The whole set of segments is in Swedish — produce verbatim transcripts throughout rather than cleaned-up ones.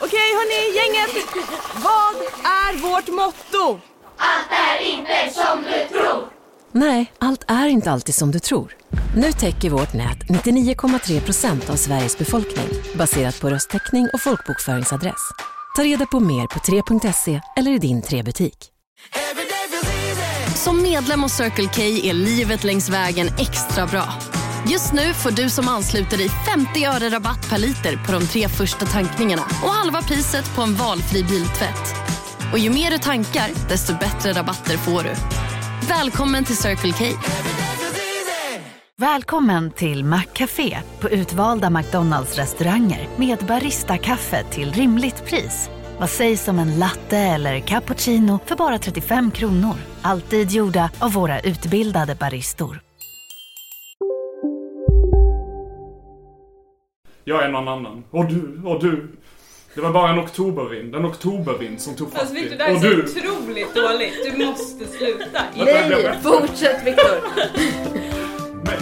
Okej hörni, gänget. Vad är vårt motto? Allt är inte som du tror. Nej, allt är inte alltid som du tror. Nu täcker vårt nät nittionio komma tre procent av Sveriges befolkning baserat på röstteckning och folkbokföringsadress. Ta reda på mer på tre punkt se eller i din tre-butik. Som medlem hos Circle K är livet längs vägen extra bra. Just nu får du som ansluter dig femtio öre rabatt per liter på de tre första tankningarna och halva priset på en valfri biltvätt. Och ju mer du tankar, desto bättre rabatter får du. Välkommen till Circle K. Välkommen till McCafé på utvalda McDonalds restauranger med Barista-kaffe till rimligt pris. Vad sägs om en latte eller cappuccino för bara trettiofem kronor? Alltid gjorda av våra utbildade baristor. Jag är någon annan. Och du, och du. Det var bara en oktobervind. En oktobervind som tog fast alltså, Victor, i. det här är och så du. otroligt dåligt. Du måste sluta. Nej, fortsätt Victor. Nej.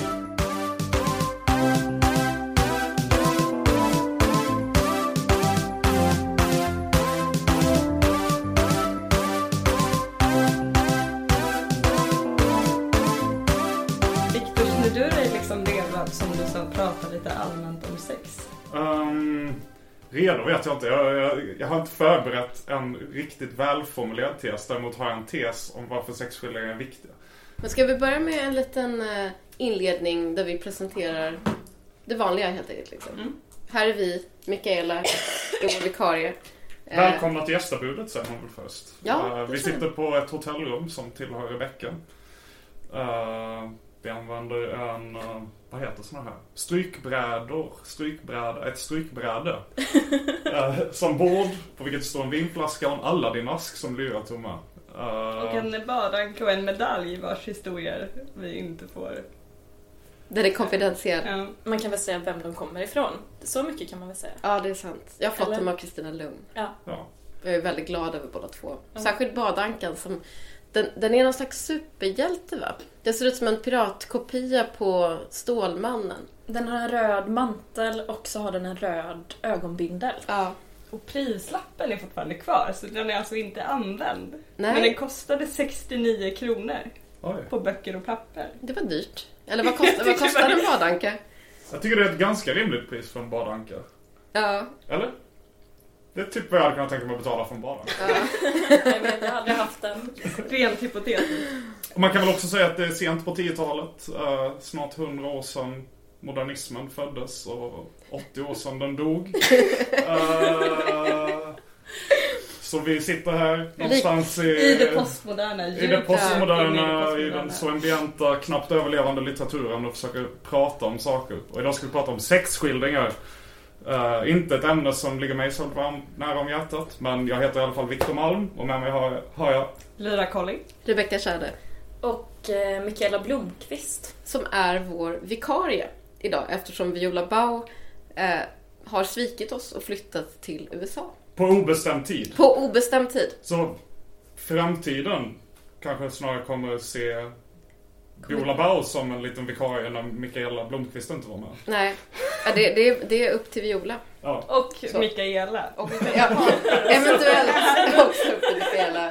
Victor, när du är liksom redo som du sa pratar lite allmänt om sex? Um, redo vet jag inte. Jag, jag, jag har inte förberett en riktigt välformulerad tes. Däremot har jag en tes om varför sexskildringar är viktiga. Men ska vi börja med en liten inledning där vi presenterar det vanliga helt enkelt liksom. Mm. Här är vi, Mikaela, vår vikarie. Välkomna till gästabudet säger man väl först. Ja, uh, vi sitter på ett hotellrum som tillhör Rebecca. Uh, vi använder en, uh, vad heter såna här? Strykbrädor, strykbräda, ett strykbräde. uh, som bord, på vilket står en vinflaska och en Aladdin-ask som lyrar tomma. Uh, och en badank och en medalj vars historier vi inte får. Den är konfidentiell. Ja. Man kan väl säga vem de kommer ifrån. Så mycket kan man väl säga. Ja, det är sant. Jag har fått Eller? dem av Kristina Lugn. Ja. ja. Jag är väldigt glad över båda två. Mm. Särskilt badankan som den, den är någon slags superhjälte va? Det ser ut som en piratkopia på Stålmannen. Den har en röd mantel och så har den en röd ögonbindel. Ja. Och prislappen är fortfarande kvar så den är alltså inte använd. Nej. Men den kostade sextionio kronor. Oj. På böcker och papper. Det var dyrt. Eller vad kostar, vad kostar en badanka? Jag tycker det är ett ganska rimligt pris för en badanka. Ja. Eller? Det är typ vad jag hade kunnat tänka mig att betala för en badanka. Ja. Jag vet, jag har aldrig haft den. Rent hypotetiskt. Och man kan väl också säga att det är sent på tiotalet. Uh, snart hundra år sedan modernismen föddes och åttio år sedan den dog. Uh, så vi sitter här någonstans i, I det postmoderna. I det postmoderna, i i den så ambienta, knappt överlevande litteraturen och försöker prata om saker. Och idag ska vi prata om sexskildringar. Uh, inte ett ämne som ligger mig så varmt nära om hjärtat. Men jag heter i alla fall Victor Malm och med mig har, har jag Lyra Colling, Rebecca Schade och eh, Mikaela Blomqvist som är vår vikarie idag eftersom Viola Bau eh, har svikit oss och flyttat till U S A. På obestämd tid. På obestämd tid. Så framtiden kanske snarare kommer att se Viola Bau som en liten vikarie när Mikaela Blomqvist inte var med. Nej, ja, det, det, det är upp till Viola. Ja. och Så. Mikaela. Och, ja, eventuellt också upp till Mikaela.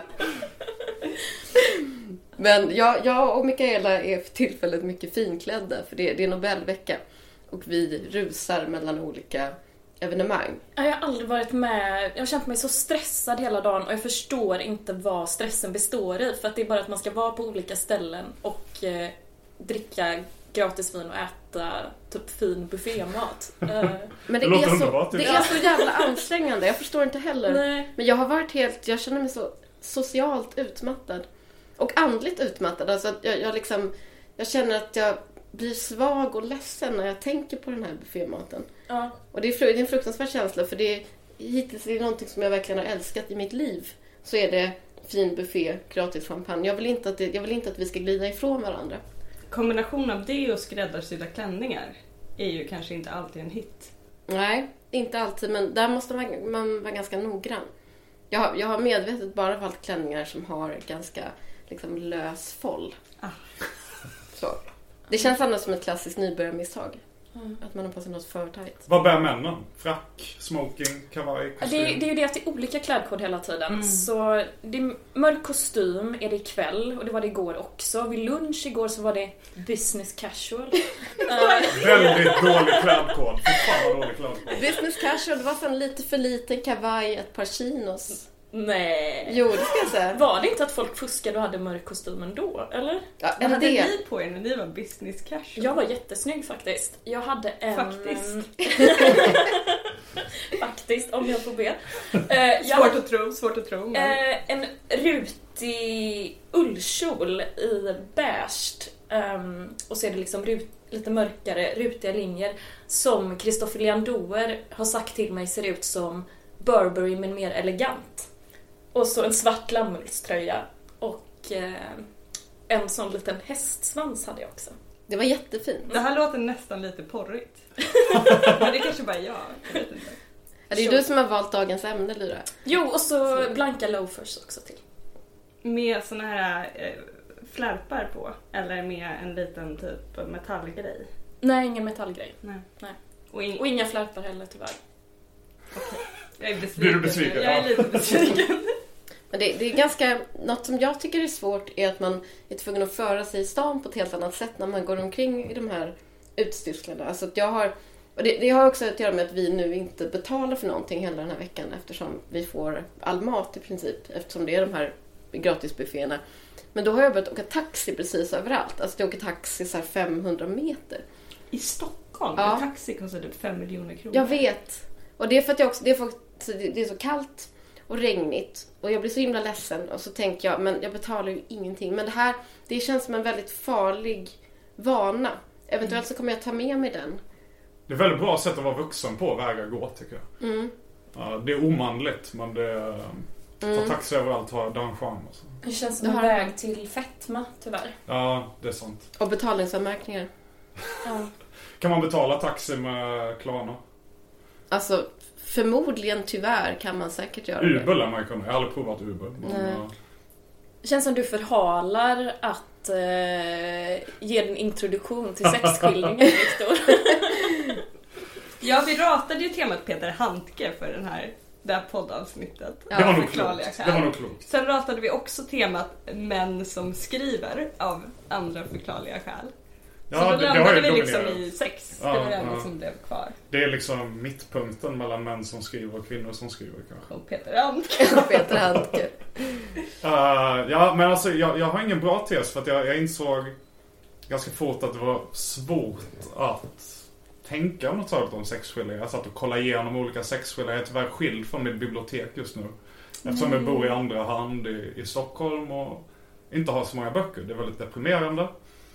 Men jag, jag och Mikaela är för tillfället mycket finklädda för det, det är Nobelvecka. Och vi rusar mellan olika evenemang. Jag har aldrig varit med. Jag har känt mig så stressad hela dagen och jag förstår inte vad stressen består i. För att det är bara att man ska vara på olika ställen och eh, dricka gratisvin och äta typ fin buffémat. Uh. Men det, Det låter är, så, underbart, det typ. är så jävla ansträngande. Jag förstår inte heller. Nej. Men jag har varit helt, jag känner mig så socialt utmattad. Och andligt utmattad. Alltså att jag, jag liksom, jag känner att jag blir svag och ledsen när jag tänker på den här buffématen. Ja. Och det är, det är en fruktansvärd känsla för det är, hittills är det någonting som jag verkligen har älskat i mitt liv. Så är det fin buffé, gratis champagne. Jag vill inte att, det, jag vill inte att vi ska glida ifrån varandra. Kombination av det och skräddarsydda klänningar är ju kanske inte alltid en hit. Nej, inte alltid. Men där måste man, man vara ganska noggrann. Jag har, jag har medvetet bara valt klänningar som har ganska liksom, lös foll. Ah. Så. Det känns annars som ett klassiskt nybörjarmisstag. Mm. Att man har på sig något för tajt. Vad bär männen? Frack, smoking, kavaj, kostym? Det, det är ju det att det är olika klädkod hela tiden. Mm. Så det är mörk kostym är det ikväll och det var det igår också. Vid lunch igår så var det business casual. uh, Väldigt dålig klädkod. Fy fan vad dålig klädkod. Business casual, det var så en lite för liten kavaj, ett par chinos. Nej. Jo, det ska jag säga. Var det inte att folk fuskade och hade mörk kostym ändå, eller? Ja, Vad hade det. ni på er när ni var business casual? Jag var jättesnygg faktiskt. Jag hade en... Faktiskt. faktiskt, om jag får be. Uh, jag svårt hade, att tro, svårt att tro. Men... uh, en rutig ullkjol i beige. Um, och så är det liksom rut, lite mörkare, rutiga linjer. Som Christopher Leandouer har sagt till mig ser ut som Burberry men mer elegant. Och så en svart lammullströja. Och uh, en sån liten hästsvans hade jag också. Det var jättefint. Det här låter nästan lite porrigt. Men det kanske bara jag. Jag vet inte. Ja, det är du som har valt dagens ämne, Lyra. Jo, och så blanka loafers också till. Med såna här äh, flärpar på. Eller med en liten typ metallgrej. Nej, ingen metallgrej. Nej. Nej. Och, in... och inga flärpar heller tyvärr. Okay. Jag är besviken. Blir du besviken? Jag är lite besviken. Men det, det är ganska, något som jag tycker är svårt är att man är tvungen att föra sig i stan på ett helt annat sätt när man går omkring i de här utstyrslarna. Alltså att jag har, och det, det har också att göra med att vi nu inte betalar för någonting hela den här veckan eftersom vi får all mat i princip, eftersom det är de här gratisbufféerna. Men då har jag börjat åka taxi precis överallt. Alltså jag åker taxi så här femhundra meter. I Stockholm? Ja. En taxi kostar typ fem miljoner kronor. Jag vet. Och det är för att jag också, det är, för, det är så kallt och regnigt. Och jag blir så himla ledsen. Och så tänker jag, men jag betalar ju ingenting. Men det här, det känns som en väldigt farlig vana. Eventuellt så kommer jag ta med mig den. Det är väldigt bra sätt att vara vuxen på, väga gå tycker jag. Mm. Ja, det är omanligt, men det Mm. ta taxi överallt har den charm. Alltså. Det känns som en väg till fetma, tyvärr. Ja, det är sant. Och betalningsanmärkningar. Ja. Kan man betala taxi med Klarna? Alltså, förmodligen tyvärr kan man säkert göra det. Uber lär man kunna. Jag har aldrig provat Uber. Men, Nej. uh... Det känns som du förhalar att eh, ge en introduktion till sexskildringen, Viktor. Ja, vi ratade ju temat Peter Handke för den här, det här poddavsnittet. Ja, det var nog förklarliga klokt. skäl. Det var nog klokt. Sen ratade vi också temat män som skriver av andra förklarliga skäl. Ja, så då det, det landade har vi ju liksom dominerat. i sex. Ja, det var det enda ja. som blev kvar. Det är liksom mittpunkten mellan män som skriver och kvinnor som skriver kanske. Och Peter Handke. Peter Handke. Uh, ja, men alltså jag, jag har ingen bra tes för att jag, jag insåg ganska fort att det var svårt att tänka något sådant om sexskildringar. Jag satt och kollade igenom olika sexskildringar. Jag är tyvärr skild från mitt bibliotek just nu. Eftersom jag bor i andra hand i, i Stockholm och inte har så många böcker. Det är väldigt deprimerande.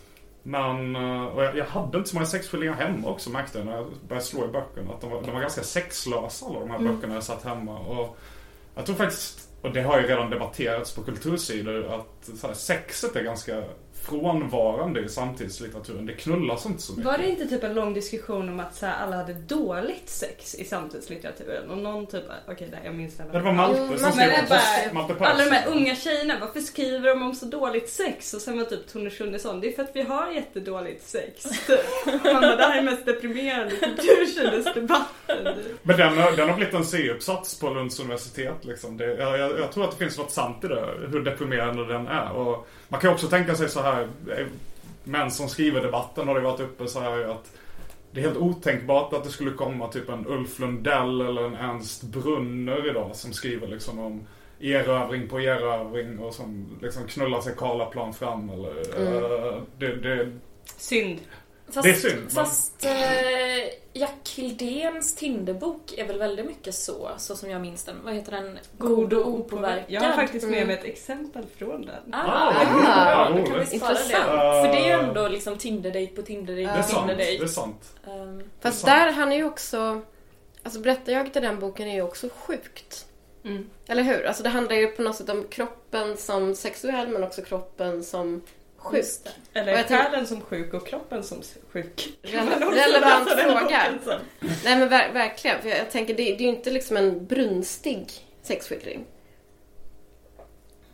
Men och jag, jag hade inte så många sexskildringar hemma också, märkte jag när jag började slå i böckerna. Att de var, de var ganska sexlösa alla de här Mm. böckerna jag satt hemma. Och jag tror faktiskt, och det har ju redan debatterats på kultursidor, att så här, sexet är ganska frånvarande i samtidslitteraturen. Det knullas inte så mycket. Var det inte typ en lång diskussion om att så här, alla hade dåligt sex i samtidslitteraturen? Och någon typ, okej okay, jag minns det. Det var Malte Jo, som men skrev det är om bara- Malte Persson. Alla de här unga tjejerna, varför skriver de om så dåligt sex? Och sen var typ Tone Schunnesson, det är för att vi har jättedåligt sex. Man bara, det här är mest deprimerande kulturkilesdebatten. Men den har, den har blivit en C-uppsats på Lunds universitet liksom. Det, jag, jag, jag tror att det finns något sant i det, hur deprimerande den är. Och man kan också tänka sig så här, män som skriver debatten har det varit uppe så här att det är helt otänkbart att det skulle komma typ en Ulf Lundell eller en Ernst Brunner idag som skriver liksom om erövring på erövring och som liksom knullar sig Karlaplan fram eller Mm. uh, det, det, Synd. Fast, Det är synd, men- fast eh, Jack Hildéns Tinderbok är väl väldigt mycket så, så som jag minns den. Vad heter den? God och opåverkad. Jag har faktiskt med Mm. mig ett exempel från den. Ah, Ah, ja, roligt. då kan vi spara Intressant. det. För det är ju ändå liksom Tinder-date på Tinder-date det är på sant, det är Tinder-date. sant. Um, Fast Det är sant. där, han är ju också... Alltså berättarjaget i den boken är ju också sjukt. Mm. Eller hur? Alltså det handlar ju på något sätt om kroppen som sexuell men också kroppen som sjuk. just det. Eller Och jag tänk- själen som sjuk och kroppen som sjuk. Rele- relevant Läsa den fråga. boken sen. Nej men ver- verkligen. För jag, jag tänker, det, det är ju inte liksom en brunstig sexskildring.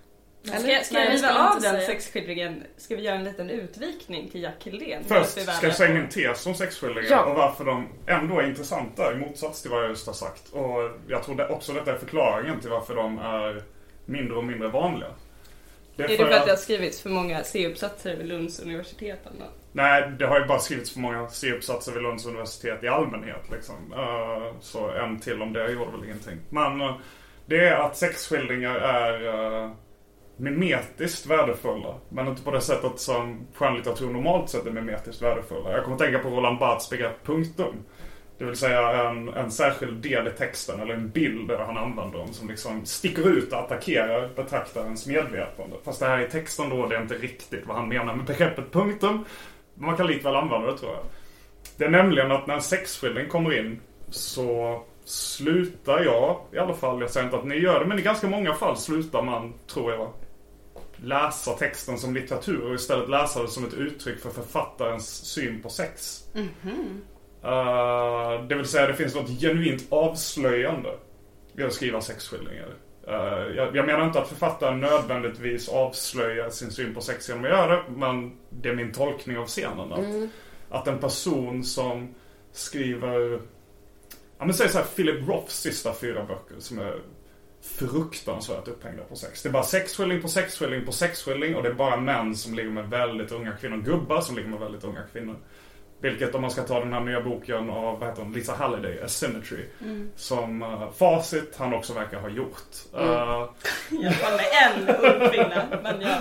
Eller ska jag riva av den sexskildringen? Ska vi göra en liten utvikning till Jack Hildén? Först ska jag säga min tes om sexskildringar ja. och varför de ändå är intressanta i motsats till vad jag just har sagt. Och jag tror det också detta är förklaringen till varför de är mindre och mindre vanliga. Det är, är det för att det har skrivits för många C-uppsatser vid Lunds universitet? Eller? Nej, det har ju bara skrivits för många C-uppsatser vid Lunds universitet i allmänhet. Liksom. Uh, så en till om det gjorde väl ingenting. Men uh, det är att sexskildringar är uh, mimetiskt värdefulla. Men inte på det sättet som skönlitteratur normalt sett är mimetiskt värdefulla. Jag kommer att tänka på Roland Barths begrepp punktum. Det vill säga en, en särskild del i texten eller en bild där han använder dem som liksom sticker ut och attackerar betraktarens medvetande. Fast det här i texten då, det är inte riktigt vad han menar med begreppet punktum. Men man kan likväl använda det, tror jag. Det är nämligen att när en sexskildring kommer in så slutar jag, i alla fall, jag säger inte att ni gör det, men i ganska många fall slutar man, tror jag, läsa texten som litteratur och istället läsa det som ett uttryck för författarens syn på sex. Mm-hmm. Uh, det vill säga det finns något genuint avslöjande i att skriva sexskildringar. Uh, jag, jag menar inte att författaren nödvändigtvis avslöjar sin syn på sex genom att göra det, men det är min tolkning av scenen. Att, mm. att en person som skriver, ja men säg så här, Philip Roths sista fyra böcker som är fruktansvärt upphängda på sex. Det är bara sexskildring på sexskildring på sexskildring och det är bara män som ligger med väldigt unga kvinnor, gubbar som ligger med väldigt unga kvinnor. Vilket om man ska ta den här nya boken av vad heter hon, Lisa Halliday, Asymmetry, mm. som uh, facit han också verkar ha gjort. Mm. Uh, jag fall med en ung kvinna, men ja.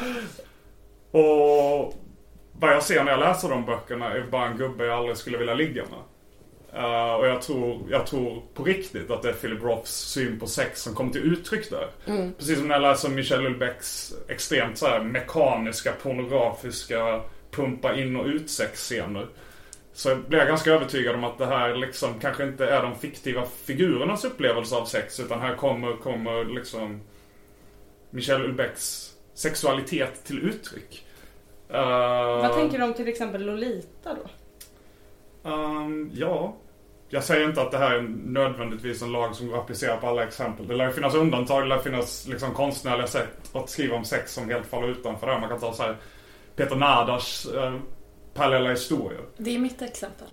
Och vad jag ser när jag läser de böckerna är bara en gubbe jag aldrig skulle vilja ligga med. Uh, och jag tror, jag tror på riktigt att det är Philip Roths syn på sex som kommer till uttryck där. Mm. Precis som när jag läser Michel Houellebecqs extremt så här mekaniska, pornografiska pumpa in och ut sexscener. Så blir jag ganska övertygad om att det här liksom kanske inte är de fiktiva figurernas upplevelse av sex, utan här kommer, kommer liksom Michel Houellebecqs sexualitet till uttryck. Uh, Vad tänker du om till exempel Lolita då? Um, ja, jag säger inte att det här är nödvändigtvis en lag som går att applicera på alla exempel. Det lär finnas undantag, det lär finnas liksom konstnärliga sätt att skriva om sex som helt faller utanför det. Man kan ta så här Peter Nadars uh, parallella historier. Det är mitt exempel.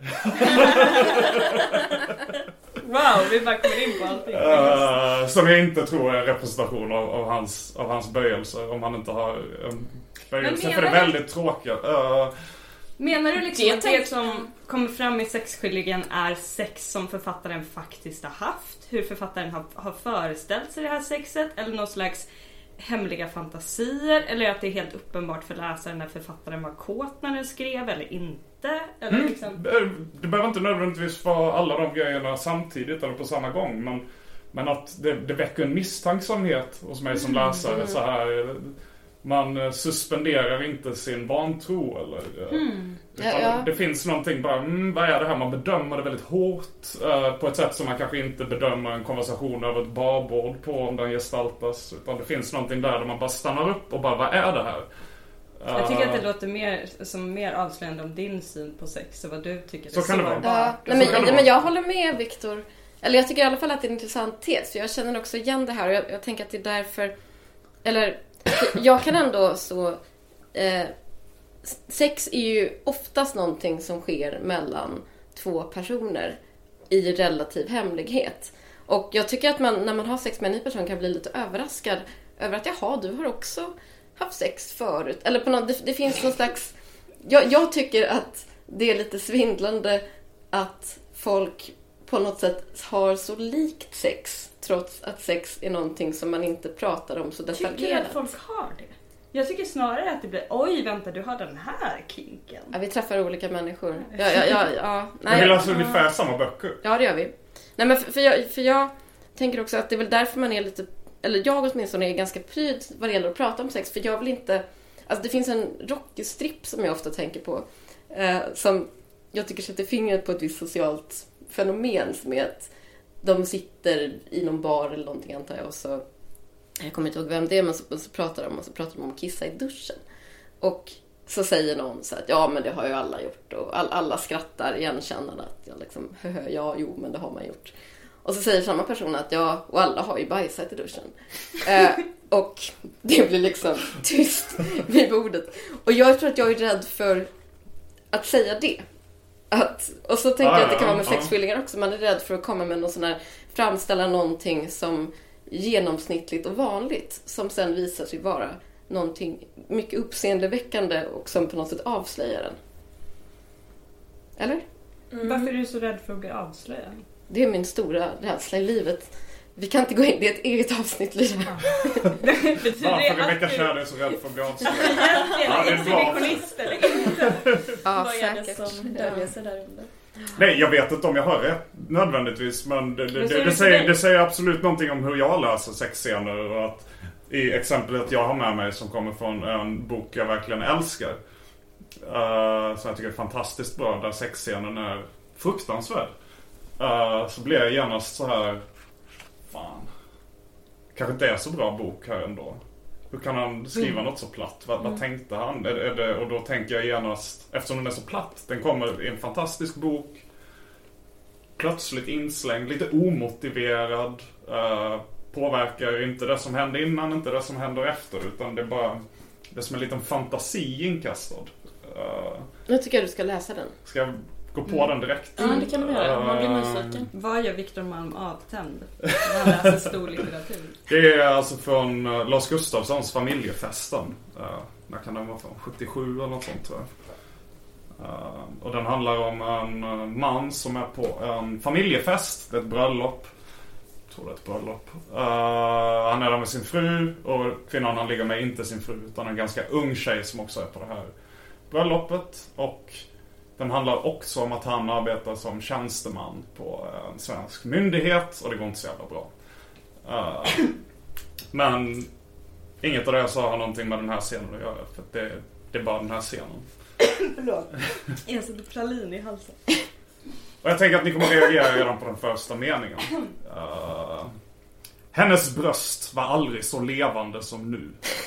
Wow, vi bara kommer in på allting. Uh, som jag inte tror är representation av, av, hans, av hans böjelser. Om han inte har en böjelse för det är väldigt tråkiga. Uh, Menar du liksom det att det som kommer fram i sexskildringen är sex som författaren faktiskt har haft? Hur författaren har, har föreställt sig det här sexet? Eller någon slags hemliga fantasier? Eller att det är helt uppenbart för läsaren när författaren var kåt när den skrev eller inte? Eller mm, liksom... Det behöver inte nödvändigtvis vara alla de grejerna samtidigt eller på samma gång. Men, men att det, det väcker en misstänksamhet hos mig som läsare. Mm. Så här, man suspenderar inte sin vantro eller mm. ja, ja. Det finns någonting bara, mm, vad är det här? Man bedömer det väldigt hårt uh, på ett sätt som man kanske inte bedömer en konversation över ett barbord på om den gestaltas, utan det finns någonting där där man bara stannar upp och bara, vad är det här? Uh, jag tycker att det låter mer som mer avslöjande om din syn på sex och vad du tycker. Så kan det vara. Ja, nej, men, det men jag håller med Viktor. Eller jag tycker i alla fall att det är en intressant tes, för jag känner också igen det här och jag, jag tänker att det är därför, eller jag kan ändå så eh, sex är ju oftast någonting som sker mellan två personer i relativ hemlighet. Och jag tycker att man, när man har sex med en ny person, kan bli lite överraskad över att jaha, du har också haft sex förut. Eller på något, det, det finns någon slags, jag, jag tycker att det är lite svindlande att folk på något sätt har så likt sex, trots att sex är någonting som man inte pratar om så detaljerat. Tycker du att folk har det? Jag tycker snarare att det blir, oj vänta, du har den här kinken. Ja, vi träffar olika människor. Ja, ja, ja, ja. Nej, vi läser ungefär samma böcker. Ja, det gör vi. Nej, men för, för, jag, för jag tänker också att det är väl därför man är lite, eller jag åtminstone är ganska pryd vad det gäller att prata om sex. För jag vill inte, alltså det finns en Rocky-strip som jag ofta tänker på. Eh, som jag tycker sätter fingret på ett visst socialt fenomen som är att de sitter i någon bar eller någonting antar jag och så, jag kommer inte ihåg vem det är, men så, så pratar de och så pratar de om kissa i duschen. Och så säger någon så att ja men det har ju alla gjort och all, alla skrattar igenkännande att jag liksom, höhö, ja jo men det har man gjort. Och så säger samma person att ja, och alla har ju bajsat i duschen. Eh, och det blir liksom tyst vid bordet. Och jag tror att jag är rädd för att säga det. Att, och så tänker ah, jag att det kan vara med sexskildringar också. Man är rädd för att komma med någon sån här, framställa någonting som genomsnittligt och vanligt. Som sen visar sig vara någonting mycket uppseendeväckande och som på något sätt avslöjar den. Eller? Mm. Varför är du så rädd för att bli avslöjad? Det är min stora rädsla i livet. Vi kan inte gå in, det är ett eget avsnitt, Lyra. Ja, för Rebecka Kärr är så rädd för att bli avslöjad. Ja, det är bra. Eller inte. Ja, vad är det som döljer sig där under? Nej, jag vet inte om jag hör rätt nödvändigtvis. Men det, det, det, det, säger, det säger absolut någonting om hur jag läser sexscener. Och att i exemplet jag har med mig som kommer från en bok jag verkligen älskar. Uh, som jag tycker är fantastiskt bra. Där sexscenen är fruktansvärd. Uh, så blir jag genast så här, fan, kanske inte är så bra bok här ändå. Hur kan han skriva mm. något så platt? Vad, mm. vad tänkte han? Är, är det, och då tänker jag genast, eftersom den är så platt, den kommer i en fantastisk bok, plötsligt inslängd, lite omotiverad, uh, påverkar inte det som hände innan, inte det som händer efter, utan det är bara, det är som en liten fantasi inkastad. Uh, nu tycker jag du ska läsa den. Ska jag gå på mm. den direkt? Ja, det kan du göra. Man blir nyfiken. Vad gör Victor Malm avtänd när han läser stor litteratur? Det är alltså från uh, Lars Gustafssons Familjefesten. Uh, när kan den vara från? sjuttiosju eller något sånt, tror jag. Uh, och den handlar om en uh, man som är på en familjefest. Det är ett bröllop. Jag tror det är ett bröllop. Uh, han är där med sin fru. Och kvinnan han ligger med är inte sin fru, utan en ganska ung tjej som också är på det här bröllopet. Och den handlar också om att han arbetar som tjänsteman på en svensk myndighet. Och det går inte så jävla bra. Uh, men inget av det jag sa har någonting med den här scenen att göra. För det, det är bara den här scenen. Förlåt. Jag sätter pralin i halsen. Och jag tänker att ni kommer reagera redan på den första meningen. Uh, hennes bröst var aldrig så levande som nu.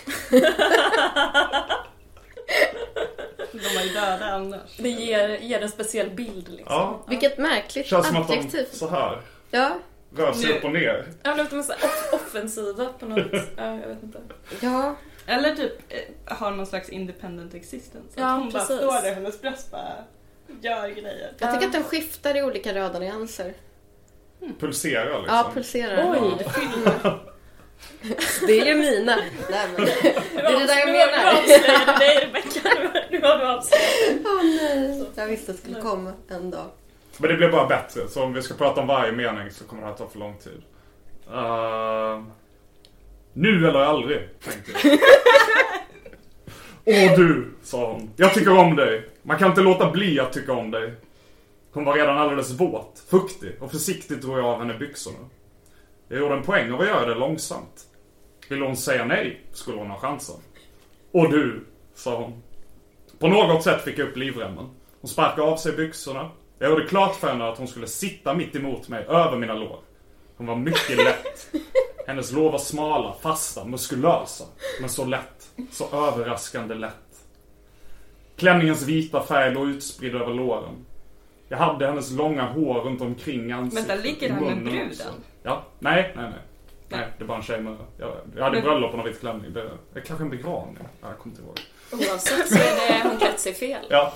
De är ju döda annars. Det ger, ger en speciell bild liksom. Ja. Vilket märkligt känns som att adjektiv. de så här ja. rör sig upp och ner. Ja, det låter så off- offensiva på något. Ja, jag vet inte. Ja. Eller typ har någon slags independent existence. Ja, att hon precis. bara står där, hennes bröst bara gör grejer. Jag tycker att den skiftar i olika röda nyanser. Mm. Pulserar liksom. Ja, pulserar. Oj, det fyller. Det är ju mina. Nej, men det är det där jag menar. Du avslöjade dig, Rebecka. Nu har du avslöjat. Åh nej. Jag visste att det skulle komma en dag. Men det blir bara bättre. Så om vi ska prata om varje mening så kommer det här ta för lång tid. Uh, nu eller aldrig, tänkte jag. Åh du, sa hon. Jag tycker om dig. Man kan inte låta bli att tycka om dig. Hon var redan alldeles våt, fuktig och försiktigt drog jag av henne byxorna. Jag gjorde en poäng av att göra det långsamt. Vill hon säga nej skulle hon ha chansen. Och du, sa hon. På något sätt fick jag upp livremmen. Hon sparkade av sig byxorna. Jag gjorde klart för henne att hon skulle sitta mitt emot mig över mina lår. Hon var mycket lätt. Hennes lår var smala, fasta, muskulösa. Men så lätt, så överraskande lätt. Klänningens vita färg låg utspridd över låren. Jag hade hennes långa hår runt omkring ansiktet. Men där ligger han med bruden. Också. Ja, nej, nej, nej. Nej, det är bara en tjej med... Jag, jag hade bröllop på någon vit klänning. Det är kanske en begravning. Ja, jag kommer inte ihåg. Oavsett så är det hon klätt sig fel. Ja.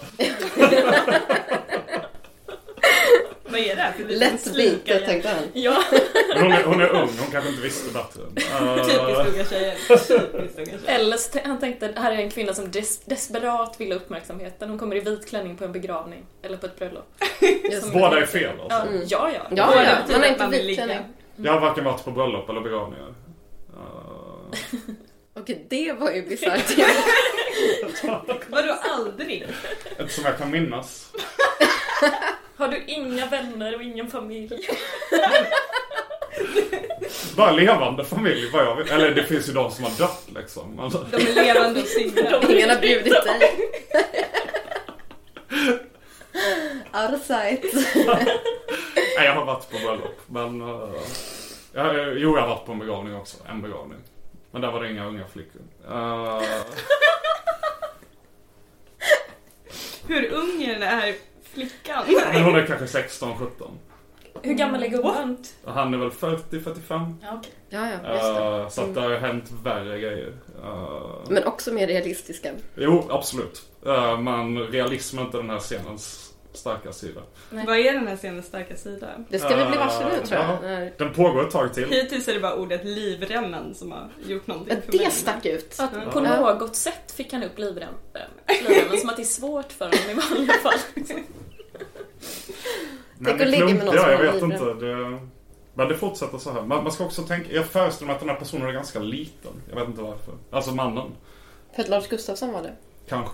Vad är det? Lätt vita, tänkte han. Ja. Hon är, hon är ung, hon kanske inte visste bättre. Uh... Typiskt unga tjejer. Typiskt unga tjejer. Eller han tänkte, här är en kvinna som des- desperat vill ha uppmärksamheten. Hon kommer i vit klänning på en begravning. Eller på ett bröllop. Båda är fel alltså. Ja, mm. ja. ja. ja, ja. Man har inte vit klänning. Jag har varken varit på bröllop eller begravningar. Uh... Okej, det var ju bisarrt. Vadå aldrig? Inte som jag kan minnas. Har du inga vänner och ingen familj? Bara levande familj, vad jag vet. Eller det finns ju de som har dött liksom. Alltså. De är levande och singlar. Ingen har bjudit dig. Out of sight. Nej, jag har varit på bröllop. Men uh, jag, jo, jag har varit på en begravning också. En begravning. Men där var det inga unga flickor. Uh... Hur ung är den här flickan? Men hon är kanske sexton sjutton. Hur gammal är gubben? Han är väl fyrtio till fyrtiofem. Ja, okej. Ja, ja, just det. Uh, så att det har hänt värre grejer. Uh, Men också mer realistiska. Jo, absolut. Uh, men realism är inte den här scenens starka sida. Nej. Vad är den här scenens starka sida? Det ska vi bli varse nu, tror jag. Ja, den pågår ett tag till. Hittills är det bara ordet livremmen som har gjort någonting för det mig. Det stack ut. Att ja. På något sätt fick han upp livremmen. Livremmen som att det är svårt för honom i vanliga fall. Men det klumpar, ja, jag vet inte. Det, men det fortsätter så här. Man, man ska också tänka, jag föreställer mig att den här personen är ganska liten. Jag vet inte varför. Alltså mannen. För att Lars Gustafsson var det? Kanske.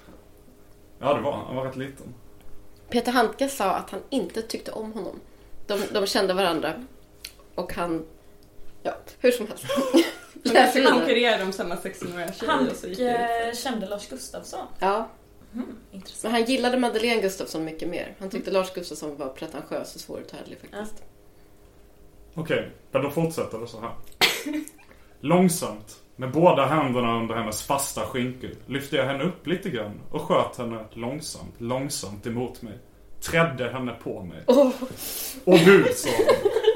Ja, det var han. Han var rätt liten. Peter Handke sa att han inte tyckte om honom. De, de kände varandra. Och han... Ja, hur som helst. De konkurrerade om samma sexton-åriga tjej. Handke kände Lars Gustafsson? Ja. Mm, intressant. Men han gillade Madeleine Gustafsson mycket mer. Han tyckte mm. Lars Gustafsson var pretentiös och svåruthärdlig faktiskt. Ja. Okej, okay, men då fortsätter det så här. Långsamt, med båda händerna under hennes fasta skinkel, lyfte jag henne upp lite grann och sköt henne långsamt, långsamt emot mig. Trädde henne på mig. Oh. Och du, sa hon.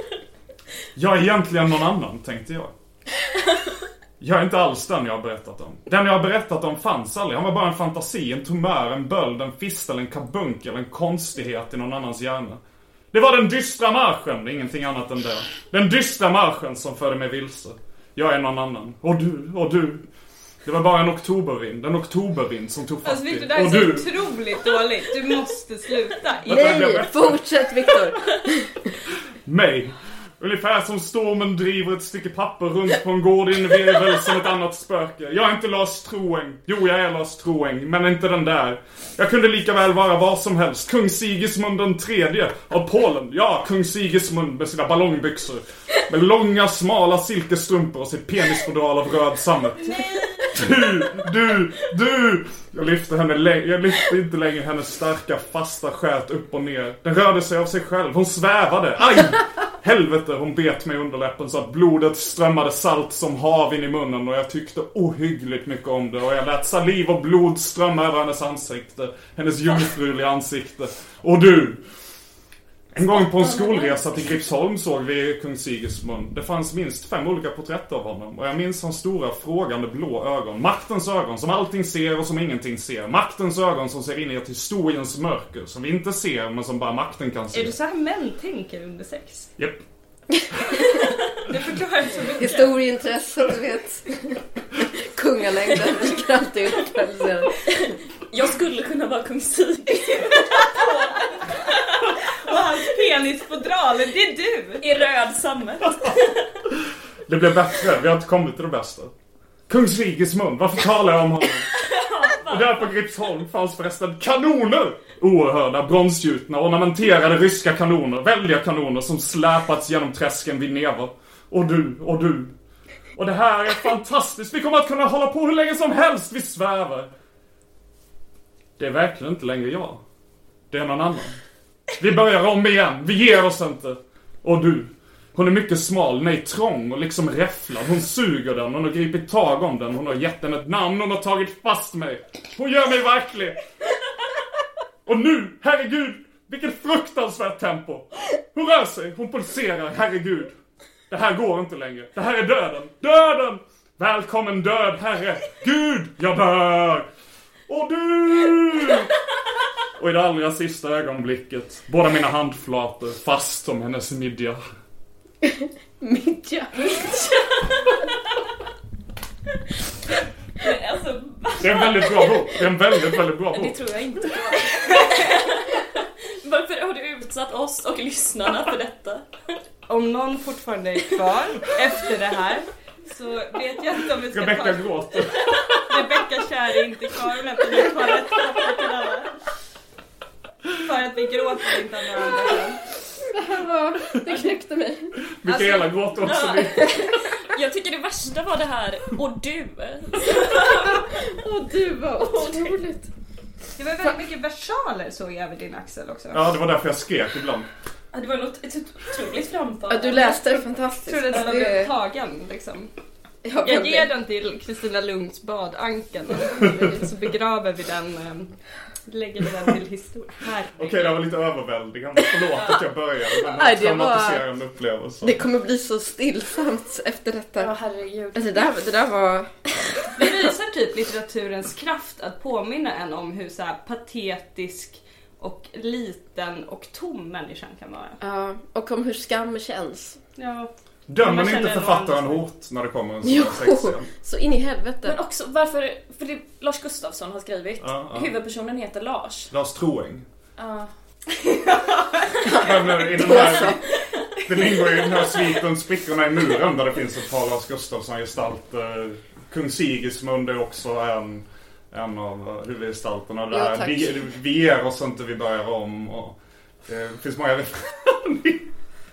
Jag är egentligen någon annan, tänkte jag. Jag är inte alls den jag har berättat om. Den jag har berättat om fanns aldrig. Han var bara en fantasi, en tumör, en böld, en fistel, en kabunk eller en konstighet i någon annans hjärna. Det var den dystra marschen, ingenting annat än det. Den dystra marschen som förde mig vilse. Jag är någon annan. Och du, och du. Det var bara en oktobervind, en oktobervind som tog fast alltså, Victor, i. Det här är och så du. Otroligt dåligt. Du måste sluta. Nej, fortsätt Victor. Mig. Ungefär som stormen driver ett stycke papper runt på en gård invirvel som ett annat spöke. Jag är inte Lars Troeng. Jo, jag är Lars Troeng, men inte den där. Jag kunde lika väl vara vad som helst. Kung Sigismund den tredje av Polen. Ja, kung Sigismund med sina ballongbyxor. Med långa, smala silkestrumpor och sitt penisfodral av röd sammet. Du, du, du. Jag lyfte henne längre. Jag lyfte inte längre hennes starka, fasta skät upp och ner. Den rörde sig av sig själv. Hon svävade. Aj! Helvete, hon bet mig under läppen så att blodet strömmade salt som hav in i munnen. Och jag tyckte ohyggligt mycket om det. Och jag lät saliv och blod strömma över hennes ansikte. Hennes jungfruliga ansikte. Och du... En gång på en skolresa till Gripsholm såg vi kung Sigismund. Det fanns minst fem olika porträtt av honom. Och jag minns hans stora frågande blå ögon. Maktens ögon som allting ser och som ingenting ser. Maktens ögon som ser in i ett historiens mörker. Som vi inte ser men som bara makten kan se. Är det så här män tänker under sex? Japp. Det förklarar så mycket. Historieintresse, du vet. Kungalängden. Jag kan alltid utfälla. Jag skulle kunna vara kung Sigismund. Och hans penisfodral, det är du. I röd sammet. Det blev bättre, vi har inte kommit till det bästa. Kung Sigismund, varför talar jag om honom? Och där på Gripsholm fanns förresten kanoner. Oerhörda, bronsgjutna, ornamenterade ryska kanoner. Väldiga kanoner som släpats genom träsken vid Neva. Och du, och du. Och det här är fantastiskt. Vi kommer att kunna hålla på hur länge som helst. Vi svävar. Det är verkligen inte längre jag. Det är någon annan. Vi börjar om igen. Vi ger oss inte. Och du. Hon är mycket smal, nej trång och liksom räfflad. Hon suger den, hon har gripit tag om den. Hon har gett den ett namn, hon har tagit fast mig. Hon gör mig verklig. Och nu, herregud, vilket fruktansvärt tempo. Hon rör sig, hon pulserar, herregud. Det här går inte längre. Det här är döden. Döden! Välkommen död, herre. Gud, jag dör. Och du! Och i det allra sista ögonblicket, båda mina handflator fast som hennes midja. Midja? Men alltså, det är en väldigt bra bok. Det är en väldigt, väldigt bra bok. Det tror jag inte på. Varför har du utsatt oss och lyssnarna för detta? Om någon fortfarande är kvar efter det här så vet jag inte om vi ska Rebecca ta... gråter. Rebecca Kär är inte kvar och lämnar mig kvar ett papper till alla. För att vi gråter inte av varandra. Det här var... Det knäckte mig. Mikaela alltså, gråter också ja. lite. Jag tycker det värsta var det här. Och du. Och du var otroligt. Det var väldigt mycket versaler såg jag över din axel också. Ja, det var därför jag skrek ibland. Ja, det var något otroligt framförande. Ja, du läste det fantastiskt. Jag trodde att den var tagen liksom. Jag, jag ger den till Kristina Lunds badanken. Så begraver vi den lägger vi den till historia. Okej, okay, det var lite överväldigande. Förlåt att jag började med Nej, en det traumatiserande var... upplevelse. Det kommer bli så stillsamt efter detta. Ja, herregud. Alltså, det, där, det där var... Det visar typ litteraturens kraft att påminna en om hur så här patetisk och liten och tom människan kan vara. Ja, och om hur skam känns. Ja. Dömer inte författaren hårt när det kommer en sån sexscen? Så in i helvete. Men också varför, för det Lars Gustafsson har skrivit. Ja, ja. Huvudpersonen heter Lars. Lars Troeng. Ja. Men i den här, det ingår i den här sviten Sprickorna i muren där det finns ett par Lars Gustafsson-gestalter. Kung Sigismund är också en, en av huvudgestalterna där. Jo, vi, vi ger oss inte, vi börjar om. Och det finns många referenser.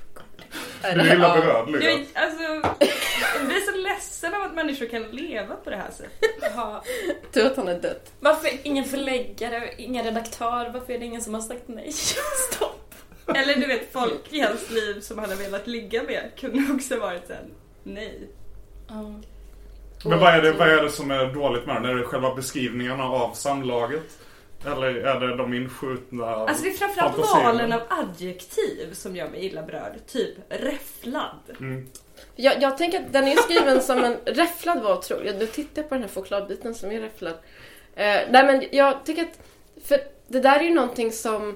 Du gillar berörd, jag, alltså, jag blir så ledsen av att människor kan leva på det här sättet. Ja. Du att han är död. Varför ingen förläggare, ingen redaktör? Varför är det ingen som har sagt nej? Stopp. Eller du vet, folk i hans liv som han har velat ligga med kunde också varit sen nej. Mm. Men vad är, det, vad är det som är dåligt med den? Är det själva beskrivningarna av samlaget? Eller är det de inskjutna? Alltså det är framförallt valen av adjektiv som gör mig illa berörd. Typ räfflad. Mm. Jag, jag tänker att den är skriven som en räfflad var, tror jag. Du tittar på den här chokladbiten som är räfflad. Eh, nej men jag tycker att, för det där är ju någonting som,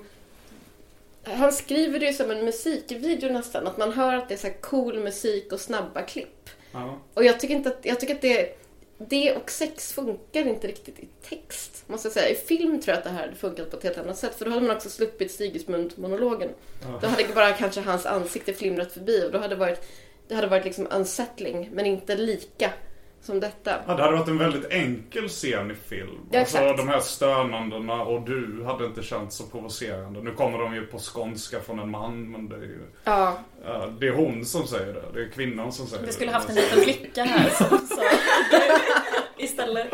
han skriver det ju som en musikvideo nästan. Att man hör att det är så här cool musik och snabba klipp. Ja. Och jag tycker inte att, jag tycker att det Det och sex funkar inte riktigt i text, måste jag säga. I film tror jag att det här hade funkat på ett helt annat sätt. För då hade man också sluppit Sigismund-monologen. Ja. Då hade bara kanske hans ansikte flimrat förbi. Och då hade det varit, det hade varit liksom unsettling, men inte lika som detta. Ja, det hade varit en väldigt enkel scen i film. Ja, alltså exakt. De här stönandena och du hade inte känts så provocerande. Nu kommer de ju på skånska från en man, men det är ju... Ja. Ja, det är hon som säger det. Det är kvinnan som säger det. Vi skulle haft en liten flicka här som sa istället.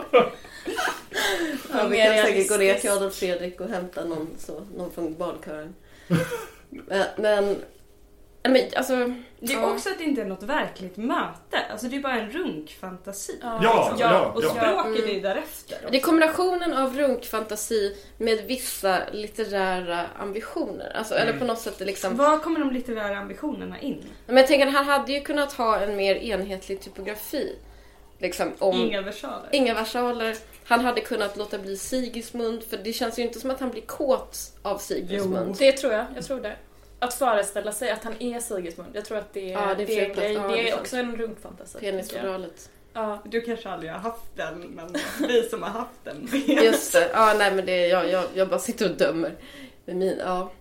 Ja, vi kan säkert gå ner till Adolf Fredrik och hämta någon, så, någon från badkören. men, men, men alltså... Det är ja. också att det inte är något verkligt möte. Alltså det är bara en runkfantasi. Ja, ja, ja. Och språket är ju därefter. Det är kombinationen av runkfantasi med vissa litterära ambitioner. Alltså, mm. Eller på något sätt liksom... Var kommer de litterära ambitionerna in? Men jag tänker att han hade ju kunnat ha en mer enhetlig typografi. Liksom om... Inga versaler. Inga versaler. Han hade kunnat låta bli Sigismund. För det känns ju inte som att han blir kåt av Sigismund. Jo. Det tror jag, jag tror det. Att föreställa sig att han är Sigismund. Jag tror att det är, ja, det är, det är en grej. Ja, det är det också en runkfantasi. Penisfodralet. Ja, du kanske aldrig har haft den, men vi som har haft den vet. Just det. Ja, nej men det jag, jag, jag bara sitter och dömer. Med min, ja.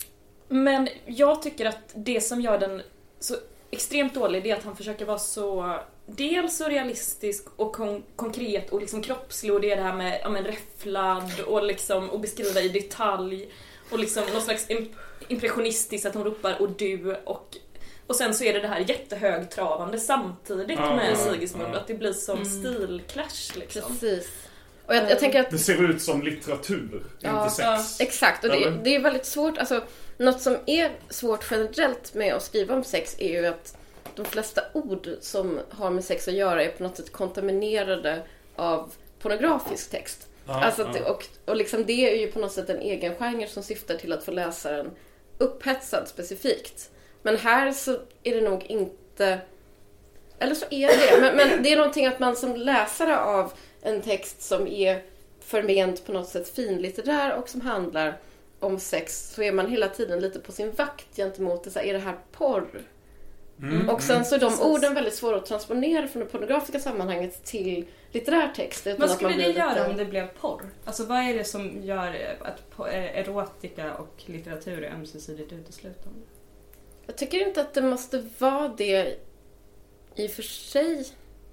Men jag tycker att det som gör den så extremt dålig, det är att han försöker vara så... Dels så realistisk och kon- konkret och liksom kroppslig, och det är det här med ja, men räfflad och liksom och beskriva i detalj och liksom någon slags impressionistiskt att hon ropar och du och och sen så är det det här jättehögtravande samtidigt ja, med ja, Sigismund ja. Att det blir som mm. stilclash liksom. Precis. Och jag, jag tänker att det ser ut som litteratur, ja, inte sex. Ja, exakt, och det, det är väldigt svårt, alltså något som är svårt generellt med att skriva om sex är ju att de flesta ord som har med sex att göra är på något sätt kontaminerade av pornografisk text. Ja, alltså att, ja. och, och liksom det är ju på något sätt en egen genre som syftar till att få läsaren upphetsad specifikt. Men här så är det nog inte... Eller så är det, men, men det är någonting att man som läsare av en text som är förment på något sätt finlitterär och som handlar om sex, så är man hela tiden lite på sin vakt gentemot det. Så här, är det här porr? Mm, och sen så är de precis. orden väldigt svåra att transponera från det pornografiska sammanhanget till litterär text. Vad skulle att man det göra lite... om det blev porr? Alltså vad är det som gör att erotika och litteratur är ömsesidigt uteslutande? Jag tycker inte att det måste vara det i och för sig.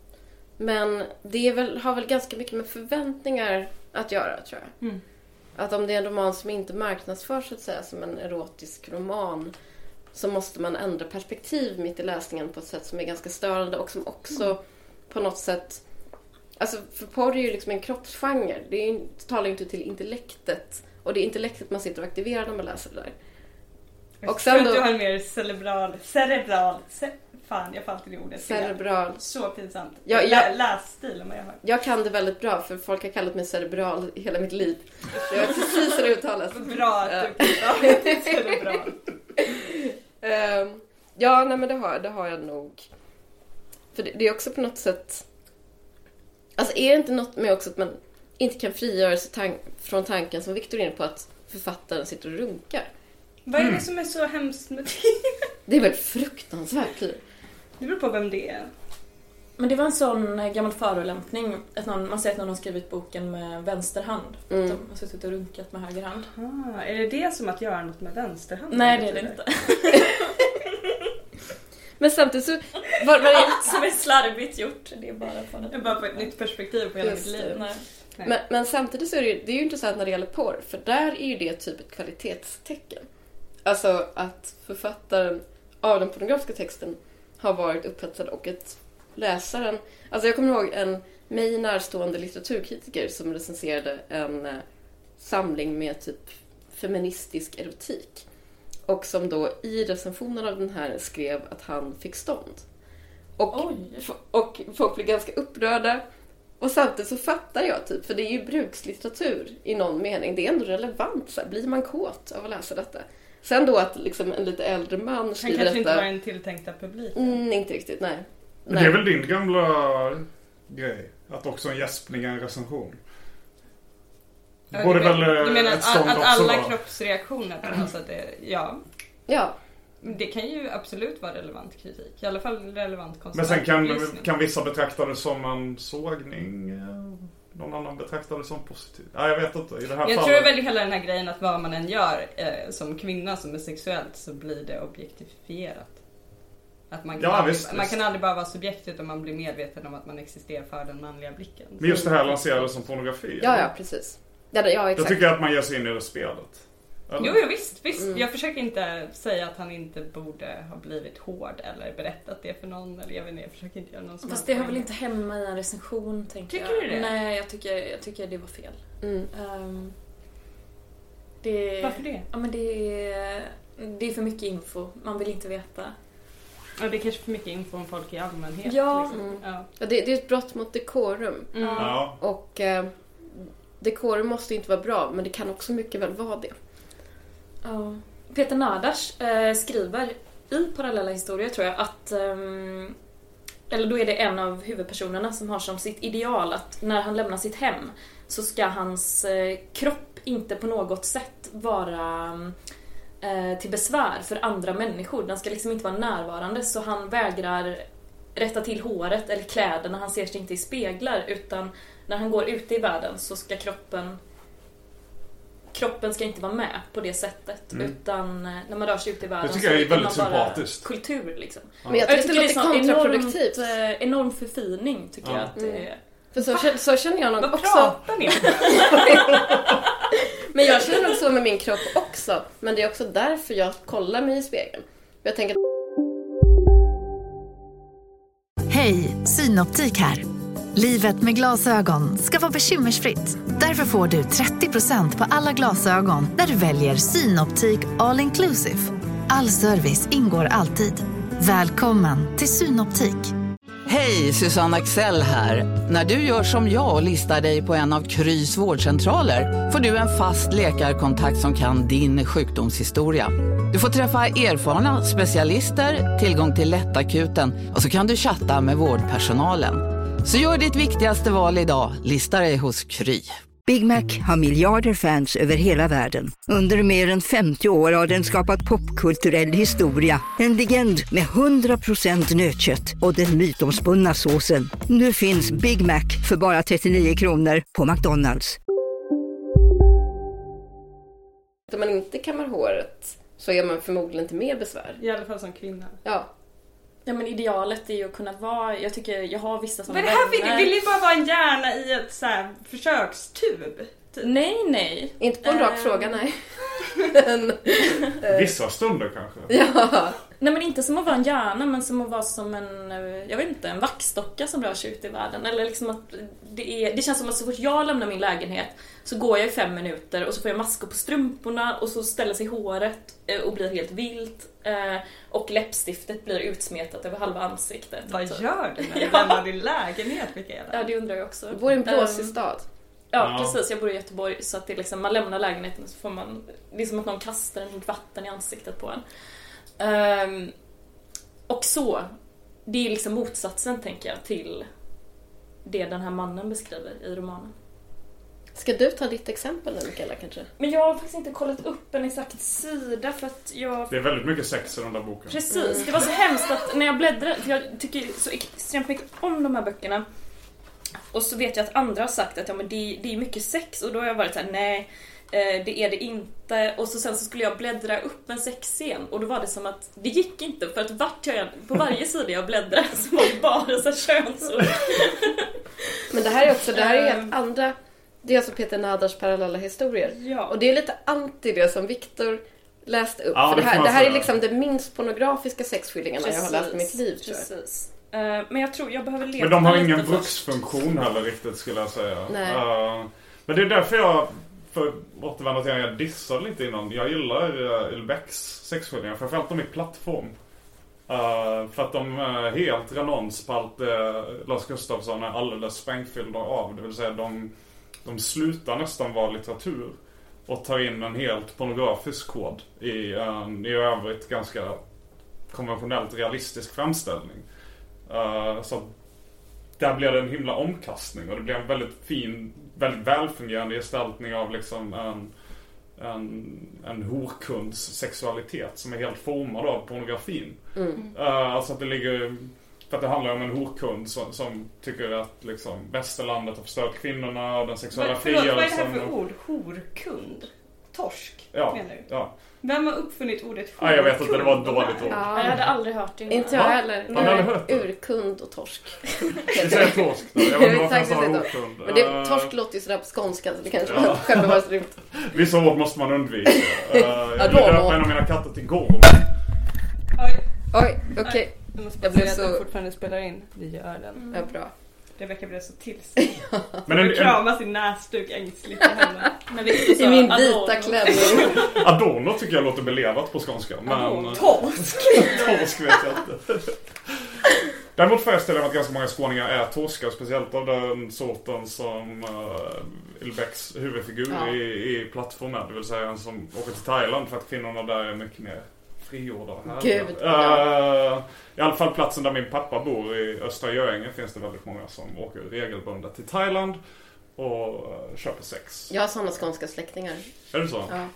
Men det är väl, har väl ganska mycket med förväntningar att göra, tror jag. Mm. Att om det är en roman som inte marknadsförs så att säga, som en erotisk roman, så måste man ändra perspektiv mitt i läsningen på ett sätt som är ganska störande och som också mm. på något sätt... Alltså, för porr är ju liksom en kroppsgenre. Det, är ju, det talar ju inte till intellektet. Och det är intellektet man sitter och aktiverar när man läser det där. Och sen då... att du har en mer cerebral, cerebral ce, fan, jag får alltid det ordet. Cerebral. Så pinsamt. Ja, jag, lässtil om jag hör. Jag kan det väldigt bra för folk har kallat mig cerebral hela mitt liv. Så jag vet precis hur det uttalas. Bra att du kan det. Cerebral. um, ja, nej men det har, det har jag nog. För det, det är också på något sätt... Alltså är det inte något med också att man inte kan frigöra sig tank, från tanken som Victor är inne på att författaren sitter och runkar? Vad är det som är så hemskt med det? Det är väl fruktansvärt. Det beror på vem det är. Men det var en sån gammal förolämpning att någon, man säger att någon har skrivit boken med vänster hand. Mm. De har suttit och runkat med höger hand. Ah, är det det som att göra något med vänster hand? Nej, det är det inte. Men samtidigt så... Var, var det... Allt som är slarvigt gjort, det är bara för det. Jag bara får ett nytt perspektiv på hela mitt liv. Nej. Nej. Men, men samtidigt så är det ju, det är ju intressant när det gäller porr. För där är ju det typ ett kvalitetstecken. Alltså att författaren av den pornografiska texten har varit upphetsad och att läsaren... Alltså jag kommer ihåg en mig närstående litteraturkritiker som recenserade en eh, samling med typ feministisk erotik. Och som då i recensionen av den här skrev att han fick stånd. Och, och folk blev ganska upprörda. Och samtidigt så fattar jag typ, för det är ju brukslitteratur i någon mening. Det är ändå relevant, så här, blir man kåt av att läsa detta? Sen då att liksom en lite äldre man skriver detta... Han kanske inte var en tilltänkta publik. Mm, inte riktigt, nej. Men nej. Det är väl din gamla grej, att också en gäspning är en recension. Ja, du, men, väl, du menar att, att alla då? Kroppsreaktioner på något sätt är, ja. Ja. Det kan ju absolut vara relevant kritik. I alla fall relevant konsument. Men sen kan, kan vissa betrakta det som en sågning. Någon annan betraktar det som positivt. Ja, jag vet inte. I det här jag fallet... tror väl hela den här grejen att vad man än gör eh, som kvinna som är sexuellt så blir det objektifierat. Att man kan, ja, aldrig, visst, man visst. kan aldrig bara vara subjekt utan man blir medveten om att man existerar för den manliga blicken. Men just det här lanserades som pornografi. Ja, ja, precis. Ja, ja, exakt. Då tycker jag att man ger sig in i det spelet. Eller? Jo, jo, visst. visst. Mm. Jag försöker inte säga att han inte borde ha blivit hård eller berättat det för någon. Eller jag vet inte, jag försöker inte göra någon som... Fast det har väl inte hemma i en recension, tänker tycker jag. Tycker du det? Nej, jag tycker, jag tycker det var fel. Mm. Um, det, Varför det? Ja, men det är, det är för mycket info. Man vill inte veta. Ja, det är kanske för mycket info om folk i allmänhet. Ja. Liksom. Mm. ja. ja det, det är ett brott mot dekorum. Mm. Ja. Och eh, dekorum måste inte vara bra, men det kan också mycket väl vara det. Ja. Peter Nadas eh, skriver i Parallella historier, tror jag, att um, eller då är det en av huvudpersonerna som har som sitt ideal att när han lämnar sitt hem så ska hans eh, kropp inte på något sätt vara eh, till besvär för andra människor. Den ska liksom inte vara närvarande, så han vägrar rätta till håret eller kläderna. Han ser sig inte i speglar, utan när han går ute i världen så ska kroppen kroppen ska inte vara med på det sättet, mm. utan när man rör sig ut i världen det tycker jag är väldigt sympatiskt. Kultur liksom. Ja. Men jag tycker, jag tycker det är kontraproduktivt. Enormt, enorm förfining tycker ja. jag att det är. För så, så känner jag nog Vad också. pratar ni? Men jag känner nog så med min kropp också. Men det är också därför jag kollar mig i spegeln. Jag tänker. Hej, Synoptik här. Livet med glasögon ska vara bekymmersfritt. Därför får du trettio procent på alla glasögon när du väljer Synoptik All Inclusive. All service ingår alltid. Välkommen till Synoptik. Hej, Susanne Axel här. När du gör som jag och listar dig på en av Krys vårdcentraler får du en fast läkarkontakt som kan din sjukdomshistoria. Du får träffa erfarna specialister, tillgång till lättakuten och så kan du chatta med vårdpersonalen. Så gör ditt viktigaste val idag, lista dig hos Kry. Big Mac har miljarder fans över hela världen. Under mer än femtio år har den skapat popkulturell historia. En legend med hundra procent nötkött och den mytomspunna såsen. Nu finns Big Mac för bara trettionio kronor på McDonald's. Om man inte kammar håret så är man förmodligen inte mer besvär. I alla fall som kvinna. Ja. Ja, men idealet är ju att kunna vara, jag tycker jag har vissa som men det här vill, vill ju bara vara en hjärna i ett så här försökstub. Nej, nej. Inte på en rak uh... fråga, nej. men, uh... Vissa stunder kanske. Ja. Nej, men inte som att vara en hjärna, men som att vara som en, jag vet inte, en vaxdocka som rör sig ut i världen. Eller liksom att det, är, det känns som att så fort jag lämnar min lägenhet så går jag i fem minuter och så får jag maskor på strumporna och så ställer sig håret och blir helt vilt. Och läppstiftet blir utsmetat över halva ansiktet. Vad gör du när du lämnar din lägenhet, Mikaela? Ja, det undrar jag också. Du bor i en blåsig stad. Ja, ja, precis. Jag bor i Göteborg, så att det liksom, man lämnar lägenheten så får man, det är som att någon kastar en hink vatten i ansiktet på en. Um, och så, det är liksom motsatsen, tänker jag, till det den här mannen beskriver i romanen. Ska du ta ditt exempel nu, Mikaela, kanske? Men jag har faktiskt inte kollat upp en exakt sida för att jag... Det är väldigt mycket sex i den där boken. Precis, mm. Det var så hemskt att när jag bläddrade, för jag tycker så extremt mycket om de här böckerna. Och så vet jag att andra har sagt att ja, men det, det är mycket sex, och då har jag varit så här: nej, det är det inte. Och så sen så skulle jag bläddra upp en sexscen, och då var det som att det gick inte, för att vart jag, på varje sida jag bläddrade så var det bara så könsord. Men det här är också, det här är helt andra, det är alltså Peter Nadars parallella historier. Ja. Och det är lite anti det som Viktor läste upp. Ja, för det, här, det, det här är liksom det minst pornografiska sexskildringarna jag har läst i mitt liv, tror jag. Precis. Uh, men jag tror jag behöver leta. Men de har ingen bruksfunktion heller riktigt, skulle jag säga. Nej. Uh, men det är därför jag, för återvända till att jag dissade lite innan. Jag gillar uh, Ylbecks sexskildringar, framförallt de i plattform. Uh, för att de är uh, helt renons på allt uh, Lars Gustafsson är alldeles sprängfyllda av. Det vill säga de, de slutar nästan vara litteratur och tar in en helt pornografisk kod i en i övrigt ganska konventionellt realistisk framställning. Uh, så där blir det en himla omkastning, och det blir en väldigt fin, väldigt välfungerande gestaltning av liksom en, en, en horkunds sexualitet som är helt formad av pornografin. Mm. Uh, alltså att det ligger, för att det handlar om en horkund som, som tycker att liksom västerlandet har förstört kvinnorna och den sexuella frigörelsen. Vad är det här för ord? Horkund? Torsk, ja, menar du? Ja. Vem har uppfunnit ordet horkund? Ja, jag vet inte, det var ett dåligt ord. Ja. Jag hade aldrig hört det. Inte jag heller. Man hade hört det. Urkund och torsk. Vi säger torsk då. Jag vet inte varför jag sa horkund. Men det, torsk låter ju sådär på skånska, så det kanske ja. Själv var så dumt. Vissa ord måste man undvika. uh, Jag vill döpa en av mina katter till Gorm. Oj. Oj, okej. Okay. Jag måste bara jag säga så... att den fortfarande spelar in. Vi gör den. Mm. Ja, bra. Rebecka blev så till sig. Men en, en... krama sin näsduk ängsligt i henne. Men I min vita klänning. Adorno tycker jag låter belevat på skånska. Men... Torsk. Torsk vet jag inte. Däremot föreställer jag mig att ganska många skåningar är torskar. Speciellt av den sorten som uh, Ylbecks huvudfigur ja. i, i plattformen. Det vill säga en som åker till Thailand för att kvinnorna där är mycket mer frigjorda. Gud. Uh, I alla fall platsen där min pappa bor, i Östra Göinge, finns det väldigt många som åker regelbundet till Thailand och uh, köper sex. Jag har sådana skånska släktingar. Är det så? Ja.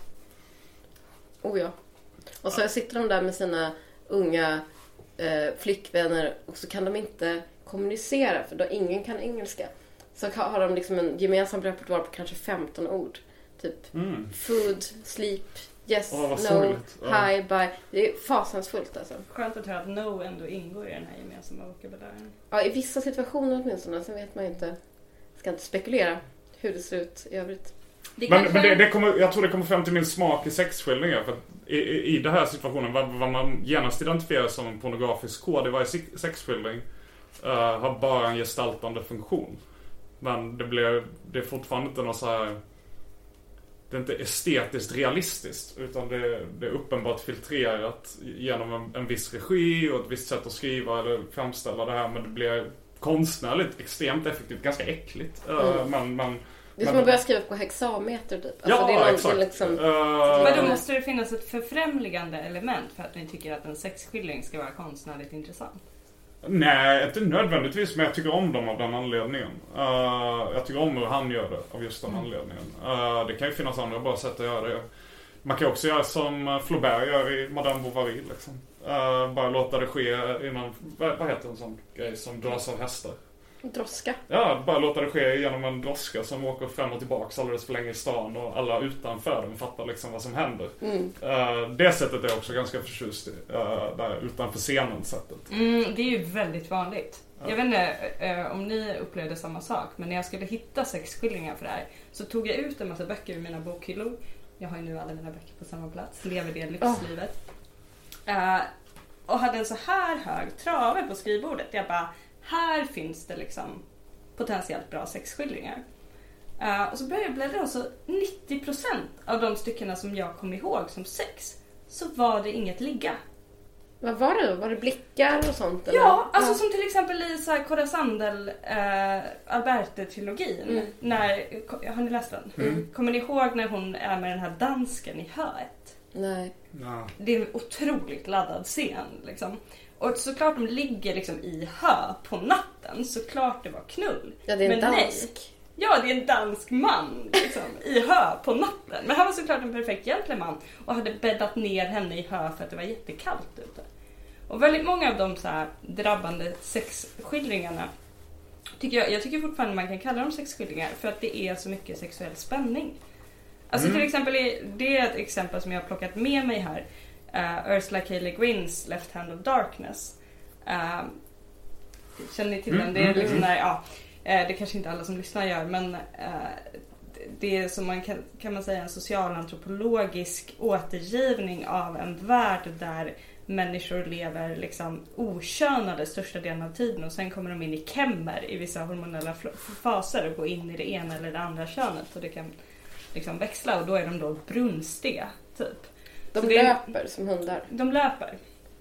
Oh ja. Och så ja. sitter de där med sina unga eh, flickvänner, och så kan de inte kommunicera, för då ingen kan engelska. Så har de liksom en gemensam repertoar på kanske femton ord. Typ mm. food, sleep, yes, oh, no, hi, bye. Det är fasansfullt alltså. Skönt att höra att no ändå ingår i den här gemensamma vokabulären. Ja, i vissa situationer åtminstone. Sen vet man ju inte, ska inte spekulera hur det ser ut i övrigt. Det men men det, det kommer, jag tror det kommer fram till min smak i sexskildringar. För i, i, i den här situationen, vad, vad man genast identifierar som en pornografisk kod i varje sexskildring uh, har bara en gestaltande funktion. Men det, blir, det är fortfarande inte något så här... Det är inte estetiskt realistiskt, utan det, det är uppenbart filtrerat genom en, en viss regi och ett visst sätt att skriva eller framställa det här. Men det blir konstnärligt extremt effektivt, ganska äckligt. Mm. Uh, men, men, det är som men, att börja skriva på hexameter typ. Alltså, ja, det är exakt. Liksom... Uh, men då måste det finnas ett förfrämligande element för att ni tycker att en sexskildring ska vara konstnärligt intressant. Nej, inte nödvändigtvis, men jag tycker om dem av den anledningen. Uh, jag tycker om hur han gör det av just den mm. anledningen. Uh, det kan ju finnas andra bara sätt att göra det. Man kan också göra som Flaubert gör i Madame Bovary. Liksom. Uh, bara låta det ske innan, vad heter en sån grej som dras av hästar? Droska. Ja, bara låta det ske genom en droska som åker fram och tillbaka alldeles för länge i stan och alla utanför den fattar liksom vad som händer. Mm. Uh, det sättet är jag också ganska förtjust i. Uh, där utanför scenen sättet. Mm, det är ju väldigt vanligt. Ja. Jag vet inte uh, om ni upplevde samma sak, men när jag skulle hitta sexskildringar för det här så tog jag ut en massa böcker ur mina bokhyllor. Jag har ju nu alla mina böcker på samma plats. Lever det livslivet. Oh. Uh, och hade en så här hög trave på skrivbordet. Jag bara, här finns det liksom potentiellt bra sexskildringar. Uh, och så började jag bläddra och så nittio procent av de styckena som jag kom ihåg som sex så var det inget ligga. Vad var det då? Var det blickar och sånt? Eller? Ja, alltså ja. Som till exempel i så här Corazandel uh, Alberte-trilogin. Mm. När, har ni läst den? Mm. Kommer ni ihåg när hon är med den här dansken i höet? Nej. Ja. Det är en otroligt laddad scen liksom. Och såklart de ligger liksom i hö på natten. Såklart det var knull. Ja, det är en men dansk. Nej. Ja, det är en dansk man liksom, i hö på natten. Men han var såklart en perfekt gentleman och hade bäddat ner henne i hö för att det var jättekallt ute. Och väldigt många av de så här drabbande sexskildringarna tycker jag, jag tycker fortfarande man kan kalla dem sexskildringar för att det är så mycket sexuell spänning. Alltså mm. till exempel, det är ett exempel som jag har plockat med mig här. Uh, Ursula K. Le Guins Left Hand of Darkness. Uh, känner ni till mm. den? Det är liksom där, ja, uh, det kanske inte alla som lyssnar gör, men uh, det är som man kan, kan man säga en socialantropologisk återgivning av en värld där människor lever liksom okönade största delen av tiden och sen kommer de in i kemmer i vissa hormonella faser och går in i det ena eller det andra könet och det kan liksom växla och då är de då brunstiga typ. De så löper är, som hundar. De löper.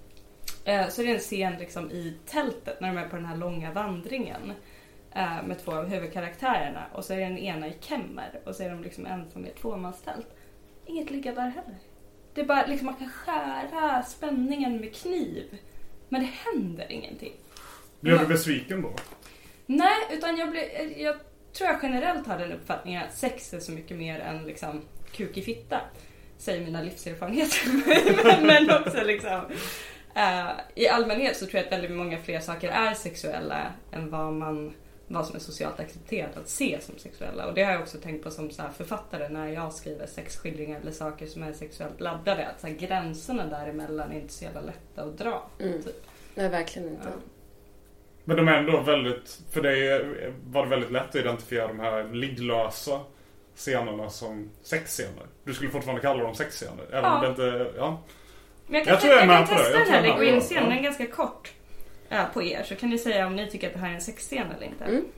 Eh, så det är en scen liksom i tältet när de är på den här långa vandringen eh, med två av huvudkaraktärerna och så är den ena i kemmer och så är de liksom ensam i ett tvåmanstält. Inget ligga där heller. Det är bara liksom man kan skära spänningen med kniv men det händer ingenting. Blev du besviken då? Nej, utan jag blev jag tror jag generellt hade en uppfattning att sex är så mycket mer än liksom kuk i fitta. Säger mina livserfarenheter. men också liksom uh, i allmänhet så tror jag att väldigt många fler saker är sexuella än vad man vad som är socialt accepterat att se som sexuella. Och det har jag också tänkt på som så här författare när jag skriver sexskildringar eller saker som är sexuellt laddade. Att så här, gränserna däremellan är inte så jävla lätta att dra. Mm. Typ. Nej, verkligen inte. Ja. Men de är ändå väldigt, för dig var det väldigt lätt att identifiera de här ligglösa scenerna som sexscener. Du skulle fortfarande kalla dem sexscener. Även ja. om det inte, ja. Men jag kan, jag tror jag, jag kan testa den här Le Guin-scenen, ja. den är ganska kort äh, på er. Så kan ni säga om ni tycker att det här är en sexscen eller inte. Mm.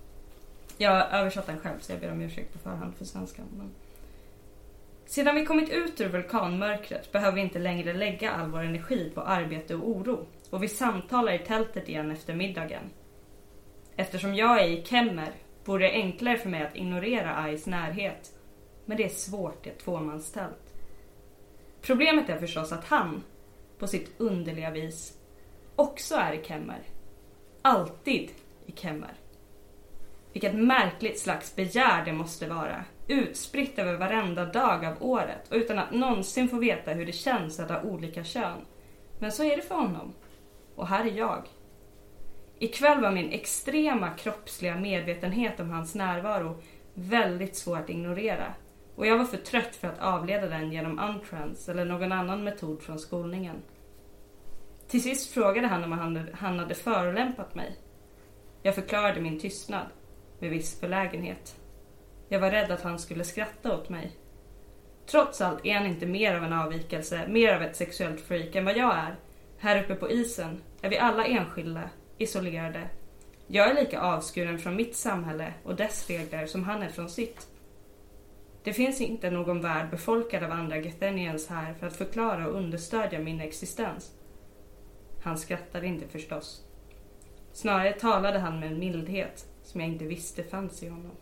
Jag har översatt den själv så jag ber om ursäkt på förhand för svenskan. Men... Sedan vi kommit ut ur vulkanmörkret behöver vi inte längre lägga all vår energi på arbete och oro. Och vi samtalar i tältet igen efter middagen. Eftersom jag är i kemmer vore det enklare för mig att ignorera Ais närhet. Men det är svårt i ett tvåmanstält. Problemet är förstås att han, på sitt underliga vis, också är i kemmer. Alltid i kemmer. Vilket märkligt slags begär det måste vara. Utspritt över varenda dag av året och utan att någonsin få veta hur det känns att ha olika kön. Men så är det för honom. Och här är jag. Ikväll var min extrema kroppsliga medvetenhet om hans närvaro väldigt svår att ignorera. Och jag var för trött för att avleda den genom untrance eller någon annan metod från skolningen. Till sist frågade han om han, han hade förolämpat mig. Jag förklarade min tystnad med viss förlägenhet. Jag var rädd att han skulle skratta åt mig. Trots allt är han inte mer av en avvikelse, mer av ett sexuellt freak än vad jag är. Här uppe på isen är vi alla enskilda, isolerade. Jag är lika avskuren från mitt samhälle och dess regler som han är från sitt. Det finns inte någon värld befolkad av andra Gethenians här för att förklara och understödja min existens. Han skrattade inte förstås. Snarare talade han med en mildhet som jag inte visste fanns i honom.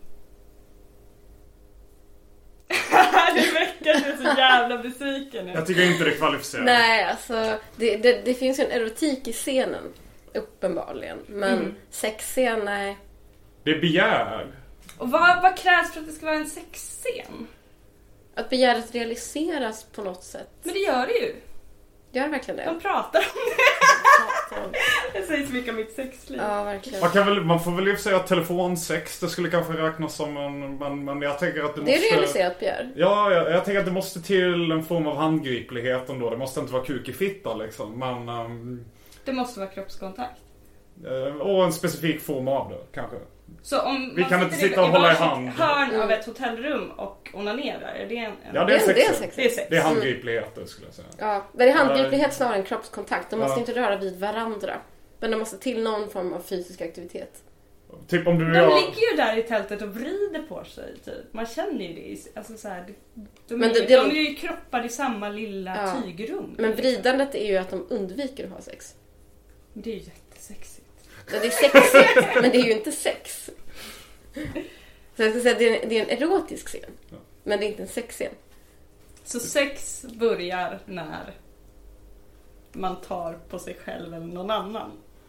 Det verkar du så jävla besviken. Jag tycker inte det kvalificerar. Nej, alltså det, det, det finns ju en erotik i scenen uppenbarligen, men mm. sexscen, nej. Det är begär. Och vad, vad krävs för att det ska vara en sexscen? Att begäret realiseras på något sätt. Men det gör det ju. Gör verkligen det? De pratar om det. Det säger så mycket om mitt sexliv. Ja, verkligen. Man, kan väl, man får väl ju säga att telefonsex, det skulle kanske räknas som en... Men, men jag tänker att det, det måste... är realiserat begär. Ja, jag, jag tänker att det måste till en form av handgriplighet ändå. Det måste inte vara kuk i fitta liksom. Men... Um, det måste vara kroppskontakt. Uh, och en specifik form av det, kanske. Så om vi man kan inte sitta och hålla i hand. hörn mm. av ett hotellrum och onanerar, är det en... en... Ja, det är sex. Det är, sex. Det är, sex. Det är handgriplighet, skulle jag säga. Ja, det är handgriplighet snarare än kroppskontakt. De måste ja. inte röra vid varandra. Men det måste till någon form av fysisk aktivitet. Typ om du de jag... ligger ju där i tältet och vrider på sig, typ. Man känner ju det. Alltså, så här, de, men är, det, de, det, de är ju kroppar i samma lilla ja. tygrum. Men vridandet är ju att de undviker att ha sex. Det är ju jättesexigt. Ja, det är sexigt, men det är ju inte sex. Så jag ska säga att det är en, det är en erotisk scen. Ja. Men det är inte en sexscen. Så sex börjar när man tar på sig själv eller någon annan?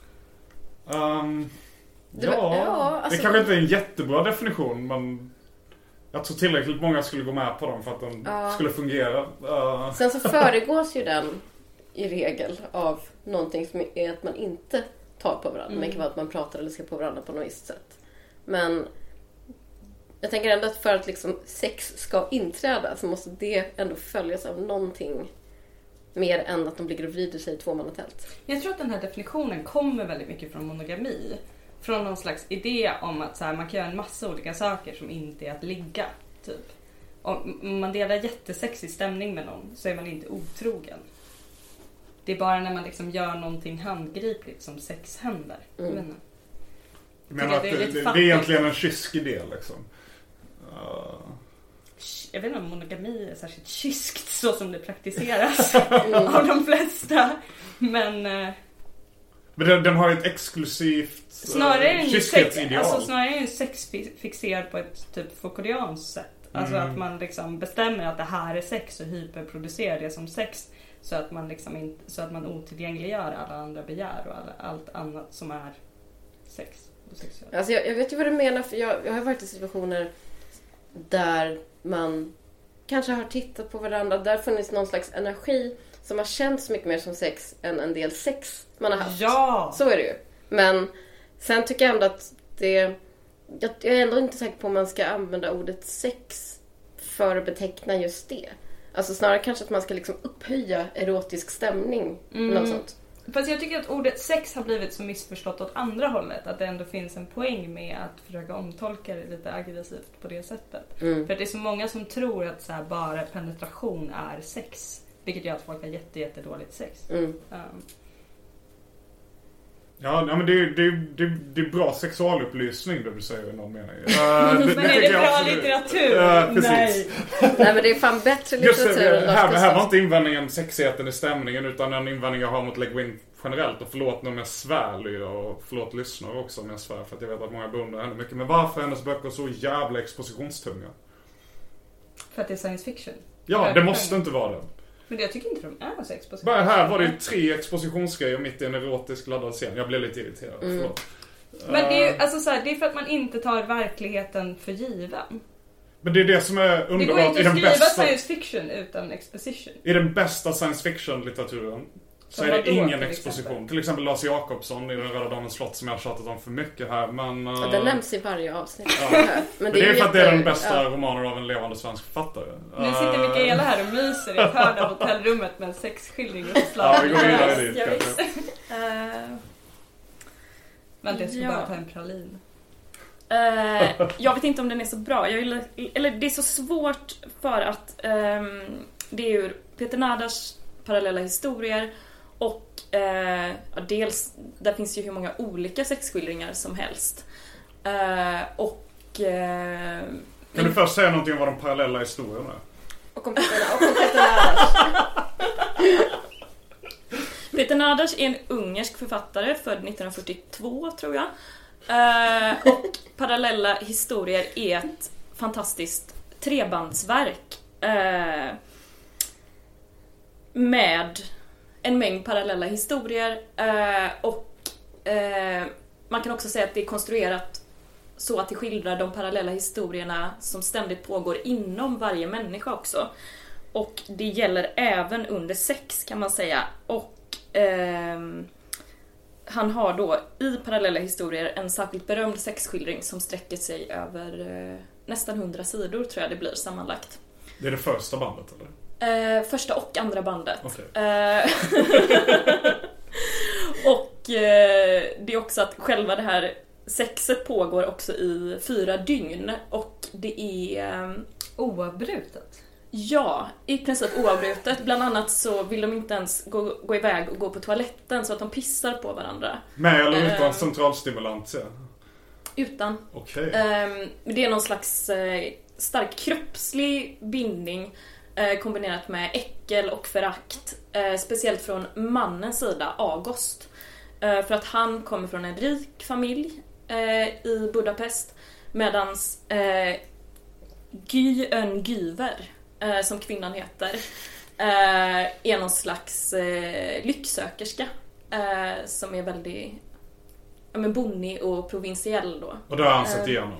Um, det ja, var, ja alltså, det kanske inte är en jättebra definition, men jag tror tillräckligt många skulle gå med på den för att den ja. skulle fungera. Uh. Sen så föregås ju den i regel av någonting som är att man inte tar på varandra. Mm. Det kan vara att man pratar eller ser på varandra på något visst sätt. Men jag tänker ändå att för att liksom sex ska inträda så måste det ändå följas av någonting mer än att de ligger och vrider sig i tvåmannatält. Jag tror att den här definitionen kommer väldigt mycket från monogami. Från någon slags idé om att så här, man kan göra en massa olika saker som inte är att ligga. Typ. Om man delar jättesexig stämning med någon så är man inte otrogen. Det är bara när man liksom gör någonting handgripligt som sex händer. Mm. Jag, jag menar att det, det, det är egentligen en kysk idé liksom. Uh. Jag vet inte om monogami är särskilt kyskt så som det praktiseras mm. av de flesta. Men... Uh, Men den, den har ju ett exklusivt snarare uh, kyskhetsideal. Alltså snarare är ju sex fixerad på ett typ Foucauldianskt sätt. Alltså mm. att man liksom bestämmer att det här är sex och hyperproducerar det som sex. Så att man liksom inte, så att man otillgängliggör alla andra begär och alla, allt annat som är sex och sexuellt. Alltså jag, jag vet ju vad du menar, för jag, jag har varit i situationer där man kanske har tittat på varandra, där funnits någon slags energi som har känts mycket mer som sex än en del sex man har haft. Ja! Så är det ju. Men sen tycker jag ändå att det... Jag, jag är ändå inte säker på om man ska använda ordet sex för att beteckna just det. Alltså snarare kanske att man ska liksom upphöja erotisk stämning. Mm. Något sånt. Fast jag tycker att ordet sex har blivit så missförstått åt andra hållet. Att det ändå finns en poäng med att försöka omtolka det lite aggressivt på det sättet. Mm. För att det är så många som tror att så här, bara penetration är sex. Vilket gör att folk har jätte, jätte dåligt sex. Mm. Um. Ja, men det, det, det, det är bra sexualupplysning det du säger i någon mening. Uh, det, men är det bra absolut. Litteratur? Uh, precis. Nej. Nej, men det är fan bättre litteratur. Just, här, här var inte invändningen sexigheten i stämningen utan en invändning jag har mot Le Guin generellt. Och förlåt när jag svär och förlåt lyssnare också om jag svär för att jag vet att många beundrar henne mycket. Men varför är hennes böcker så jävla expositionstunga? För att det är science fiction? Ja, det måste inte vara det. Men jag tycker inte de är så exposition. Bara här var det ju tre expositionsgrejer mitt i en erotisk laddad scen. Jag blev lite irriterad. Mm. Men det är, alltså så här, det är för att man inte tar verkligheten för given. Men det är det som är underbart. Det går inte i den att skriva bästa, science fiction utan exposition. I den bästa science fiction-litteraturen så är det då, ingen till exposition. Exempel? Till exempel Lars Jakobsson i Den röda damens slott som jag har tjatat om för mycket här. Men, ja, den nämns i varje avsnitt. Ja. Men, men det är, är för att det är den bästa ja. romanen av en levande svensk författare. Nu sitter Mikaela här och myser i ett hörn av hotellrummet med en sexskildring och slag. Ja, vi går vidare dit kanske. Uh, Vänta, jag ska ja. bara ta en pralin. Uh, jag vet inte om den är så bra. Jag vill, eller det är så svårt för att um, det är ur Peter Nadars parallella historier. Och eh, dels, där finns ju hur många olika sexskildringar som helst. Eh, och... Eh, kan du först säga någonting om vad de parallella historierna är? Och om Peter Nadars. Peter Nadars är en ungersk författare född nittonhundrafyrtiotvå, tror jag. Eh, och parallella historier är ett fantastiskt trebandsverk. Eh, med... en mängd parallella historier eh, och eh, man kan också säga att det är konstruerat så att det skildrar de parallella historierna som ständigt pågår inom varje människa också. Och det gäller även under sex kan man säga. Och eh, han har då i parallella historier en särskilt berömd sexskildring som sträcker sig över eh, nästan hundra sidor tror jag det blir sammanlagt. Det är det första bandet eller? Eh, första och andra bandet. Okay. Eh, och eh, det är också att själva det här sexet pågår också i fyra dygn och det är eh, oavbrutet. Ja, i princip oavbrutet. Bland annat så vill de inte ens gå, gå iväg och gå på toaletten så att de pissar på varandra. Med eller utan eh, centralstimulans? Ja. Utan. Okej. Okay. Eh, det är någon slags eh, stark kroppslig bindning eh, kombinerat med äckel och förakt. Eh, speciellt från mannens sida, August. Eh, för att han kommer från en rik familj eh, i Budapest. Medans eh, Gyen Gyver, eh, som kvinnan heter, eh, är någon slags eh, lycksökerska eh, som är väldigt ja, men bonnig och provinsiell då. Och det har han sett eh, igenom?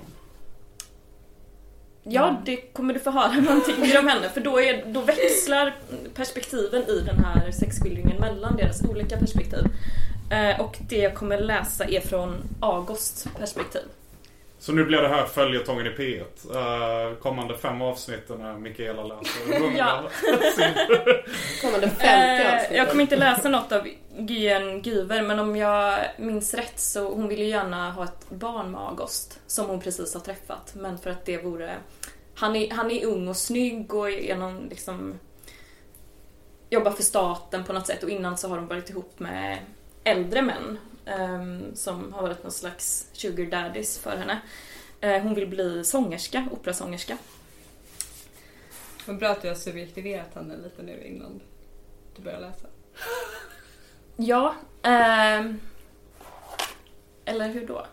Ja, det kommer du få höra någonting mer om henne. För då, är, då växlar perspektiven i den här sexskildringen mellan deras olika perspektiv. Eh, och det jag kommer läsa är från Augusts perspektiv. Så nu blir det här följetongen i P ett. Uh, kommande fem avsnitt när Mikaela läser hundra ja. Kommande femtio avsnitt. Uh, jag kommer inte läsa något av Gyen Gyver, men om jag minns rätt så hon vill ju gärna ha ett barn med August som hon precis har träffat. Men för att det vore... Han är, han är ung och snygg och är någon liksom... jobbar för staten på något sätt. Och innan så har de varit ihop med äldre män. Um, som har varit någon slags sugar daddies för henne. Uh, hon vill bli sångerska, operasångerska. Vad bra att du har subjektiverat henne lite nu innan du börjar läsa. Ja. Uh, eller hur då?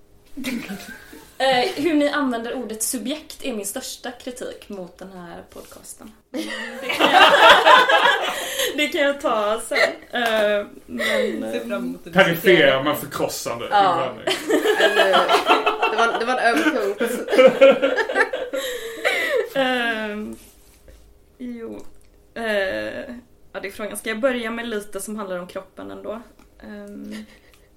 uh, hur ni använder ordet subjekt är min största kritik mot den här podcasten. Det kan jag, det kan jag ta sen. Uh, men, uh, Perifer men förkrossande. Ja. det, var, det var en öm punkt. uh, jo. Uh, ja, det är frågan. Ska jag börja med lite som handlar om kroppen ändå? Um,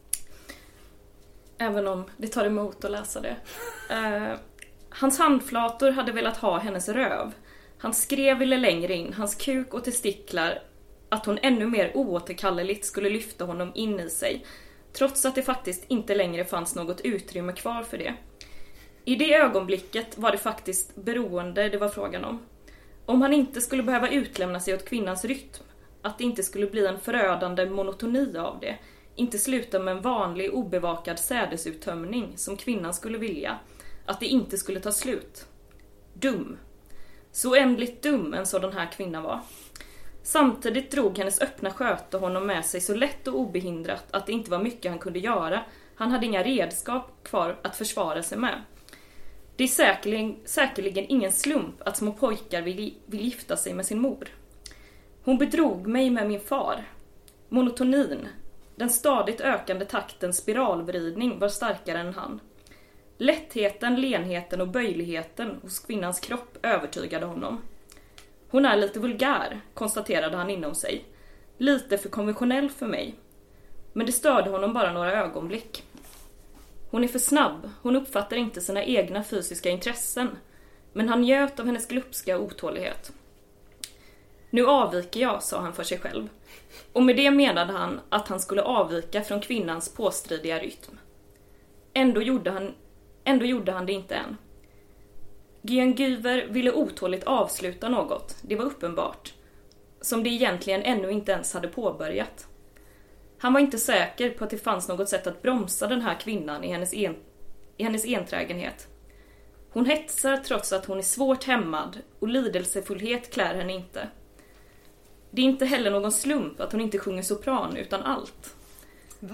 även om det tar emot att läsa det. Uh, hans handflator hade velat ha hennes röv. Han skrev ville längre in, hans kuk och testiklar, att hon ännu mer oåterkalleligt skulle lyfta honom in i sig, trots att det faktiskt inte längre fanns något utrymme kvar för det. I det ögonblicket var det faktiskt beroende det var frågan om. Om han inte skulle behöva utlämna sig åt kvinnans rytm, att det inte skulle bli en förödande monotoni av det, inte sluta med en vanlig obevakad sädesuttömning som kvinnan skulle vilja, att det inte skulle ta slut. Dum. Så oändligt dum en sådan här kvinna var. Samtidigt drog hennes öppna sköte honom med sig så lätt och obehindrat att det inte var mycket han kunde göra. Han hade inga redskap kvar att försvara sig med. Det är säkerligen, säkerligen ingen slump att små pojkar vill, vill gifta sig med sin mor. Hon bedrog mig med min far. Monotonin, den stadigt ökande taktens spiralvridning var starkare än han. Lättheten, lenheten och böjligheten hos kvinnans kropp övertygade honom. Hon är lite vulgär, konstaterade han inom sig. Lite för konventionell för mig. Men det störde honom bara några ögonblick. Hon är för snabb, hon uppfattar inte sina egna fysiska intressen. Men han njöt av hennes glupska otålighet. Nu avviker jag, sa han för sig själv. Och med det menade han att han skulle avvika från kvinnans påstridiga rytm. Ändå gjorde han, ändå gjorde han det inte än. Gyen Gyver ville otåligt avsluta något, det var uppenbart. Som det egentligen ännu inte ens hade påbörjat. Han var inte säker på att det fanns något sätt att bromsa den här kvinnan i hennes, en, i hennes enträgenhet. Hon hetsar trots att hon är svårt hämmad och lidelsefullhet klär henne inte. Det är inte heller någon slump att hon inte sjunger sopran utan allt. Va?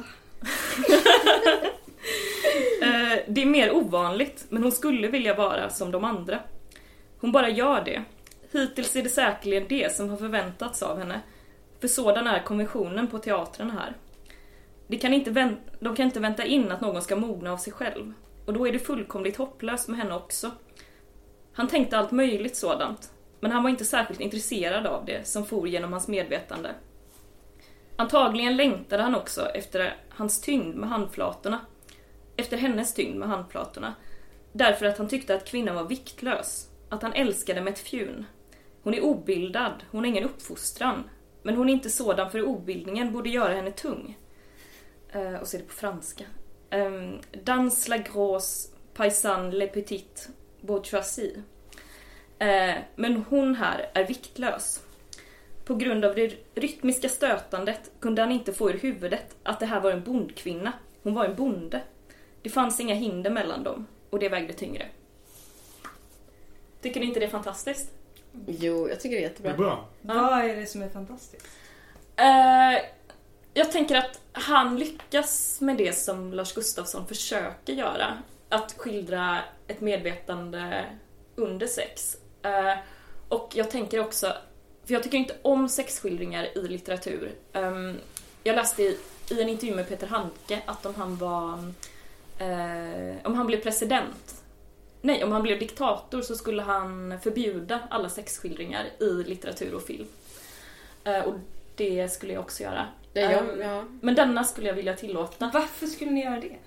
Det är mer ovanligt, men hon skulle vilja vara som de andra. Hon bara gör det. Hittills är det säkerligen det som har förväntats av henne. För sådan är konventionen på teatern här. De kan, inte vänt- de kan inte vänta in att någon ska mogna av sig själv. Och då är det fullkomligt hopplöst med henne också. Han tänkte allt möjligt sådant. Men han var inte särskilt intresserad av det som for genom hans medvetande. Antagligen längtade han också efter hans tyngd med handflatorna. Efter hennes tyngd med handflatorna. Därför att han tyckte att kvinnan var viktlös. Att han älskade med ett fjun. Hon är obildad, hon har ingen uppfostran. Men hon är inte sådan för obildningen borde göra henne tung. Uh, och så är det på franska. Um, Dans la grosse paysanne le petit bourgeoisie. Uh, men hon här är viktlös. På grund av det rytmiska stötandet kunde han inte få ur huvudet att det här var en bondkvinna. Hon var en bonde. Det fanns inga hinder mellan dem och det vägde tyngre. Tycker ni inte det är fantastiskt? Jo, jag tycker det är jättebra. Det är bra. Vad är det som är fantastiskt? Uh, jag tänker att han lyckas med det som Lars Gustafsson försöker göra. Att skildra ett medvetande under sex. Uh, och jag tänker också, för jag tycker inte om sexskildringar i litteratur. Um, jag läste i, i en intervju med Peter Handke att om han var uh, om han blev president, nej, om han blev diktator så skulle han förbjuda alla sexskildringar i litteratur och film. Uh, och det skulle jag också göra. Ja, ja, um, ja. Men denna skulle jag vilja tillåta. Varför skulle ni göra det?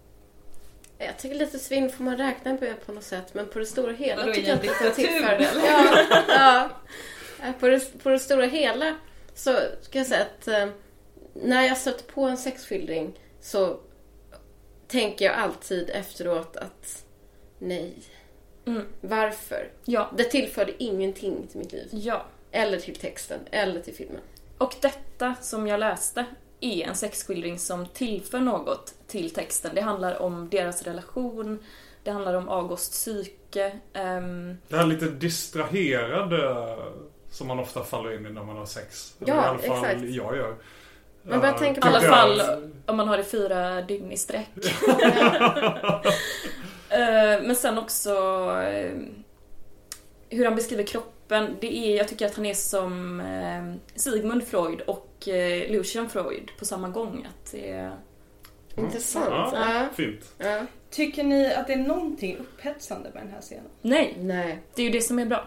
Jag tycker lite svinn får man räkna på på något sätt. Men på det stora hela Vadå, tycker jag i en inte att det diktatur, tillför. Ja, ja. På, det, på det stora hela så ska jag säga att eh, när jag stöter på en sexskildring så tänker jag alltid efteråt att nej. Mm. Varför? Ja. Det tillförde ingenting till mitt liv. Ja. Eller till texten, eller till filmen. Och detta som jag läste är en sexskildring som tillför något till texten. Det handlar om deras relation, det handlar om Augusts psyke. Um... Det här lite distraherade som man ofta faller in i när man har sex. Ja, i alla fall exakt. Jag gör. Men jag tänker I alla jag... fall om man har det fyra dygn i sträck. uh, men sen också uh, hur han beskriver kroppen. Det är, jag tycker att han är som uh, Sigmund Freud och uh, Lucian Freud på samma gång. Att det är... Intressant. Ja, ja. fint. Ja. Tycker ni att det är någonting upphetsande med den här scenen? Nej, Nej. det är ju det som är bra.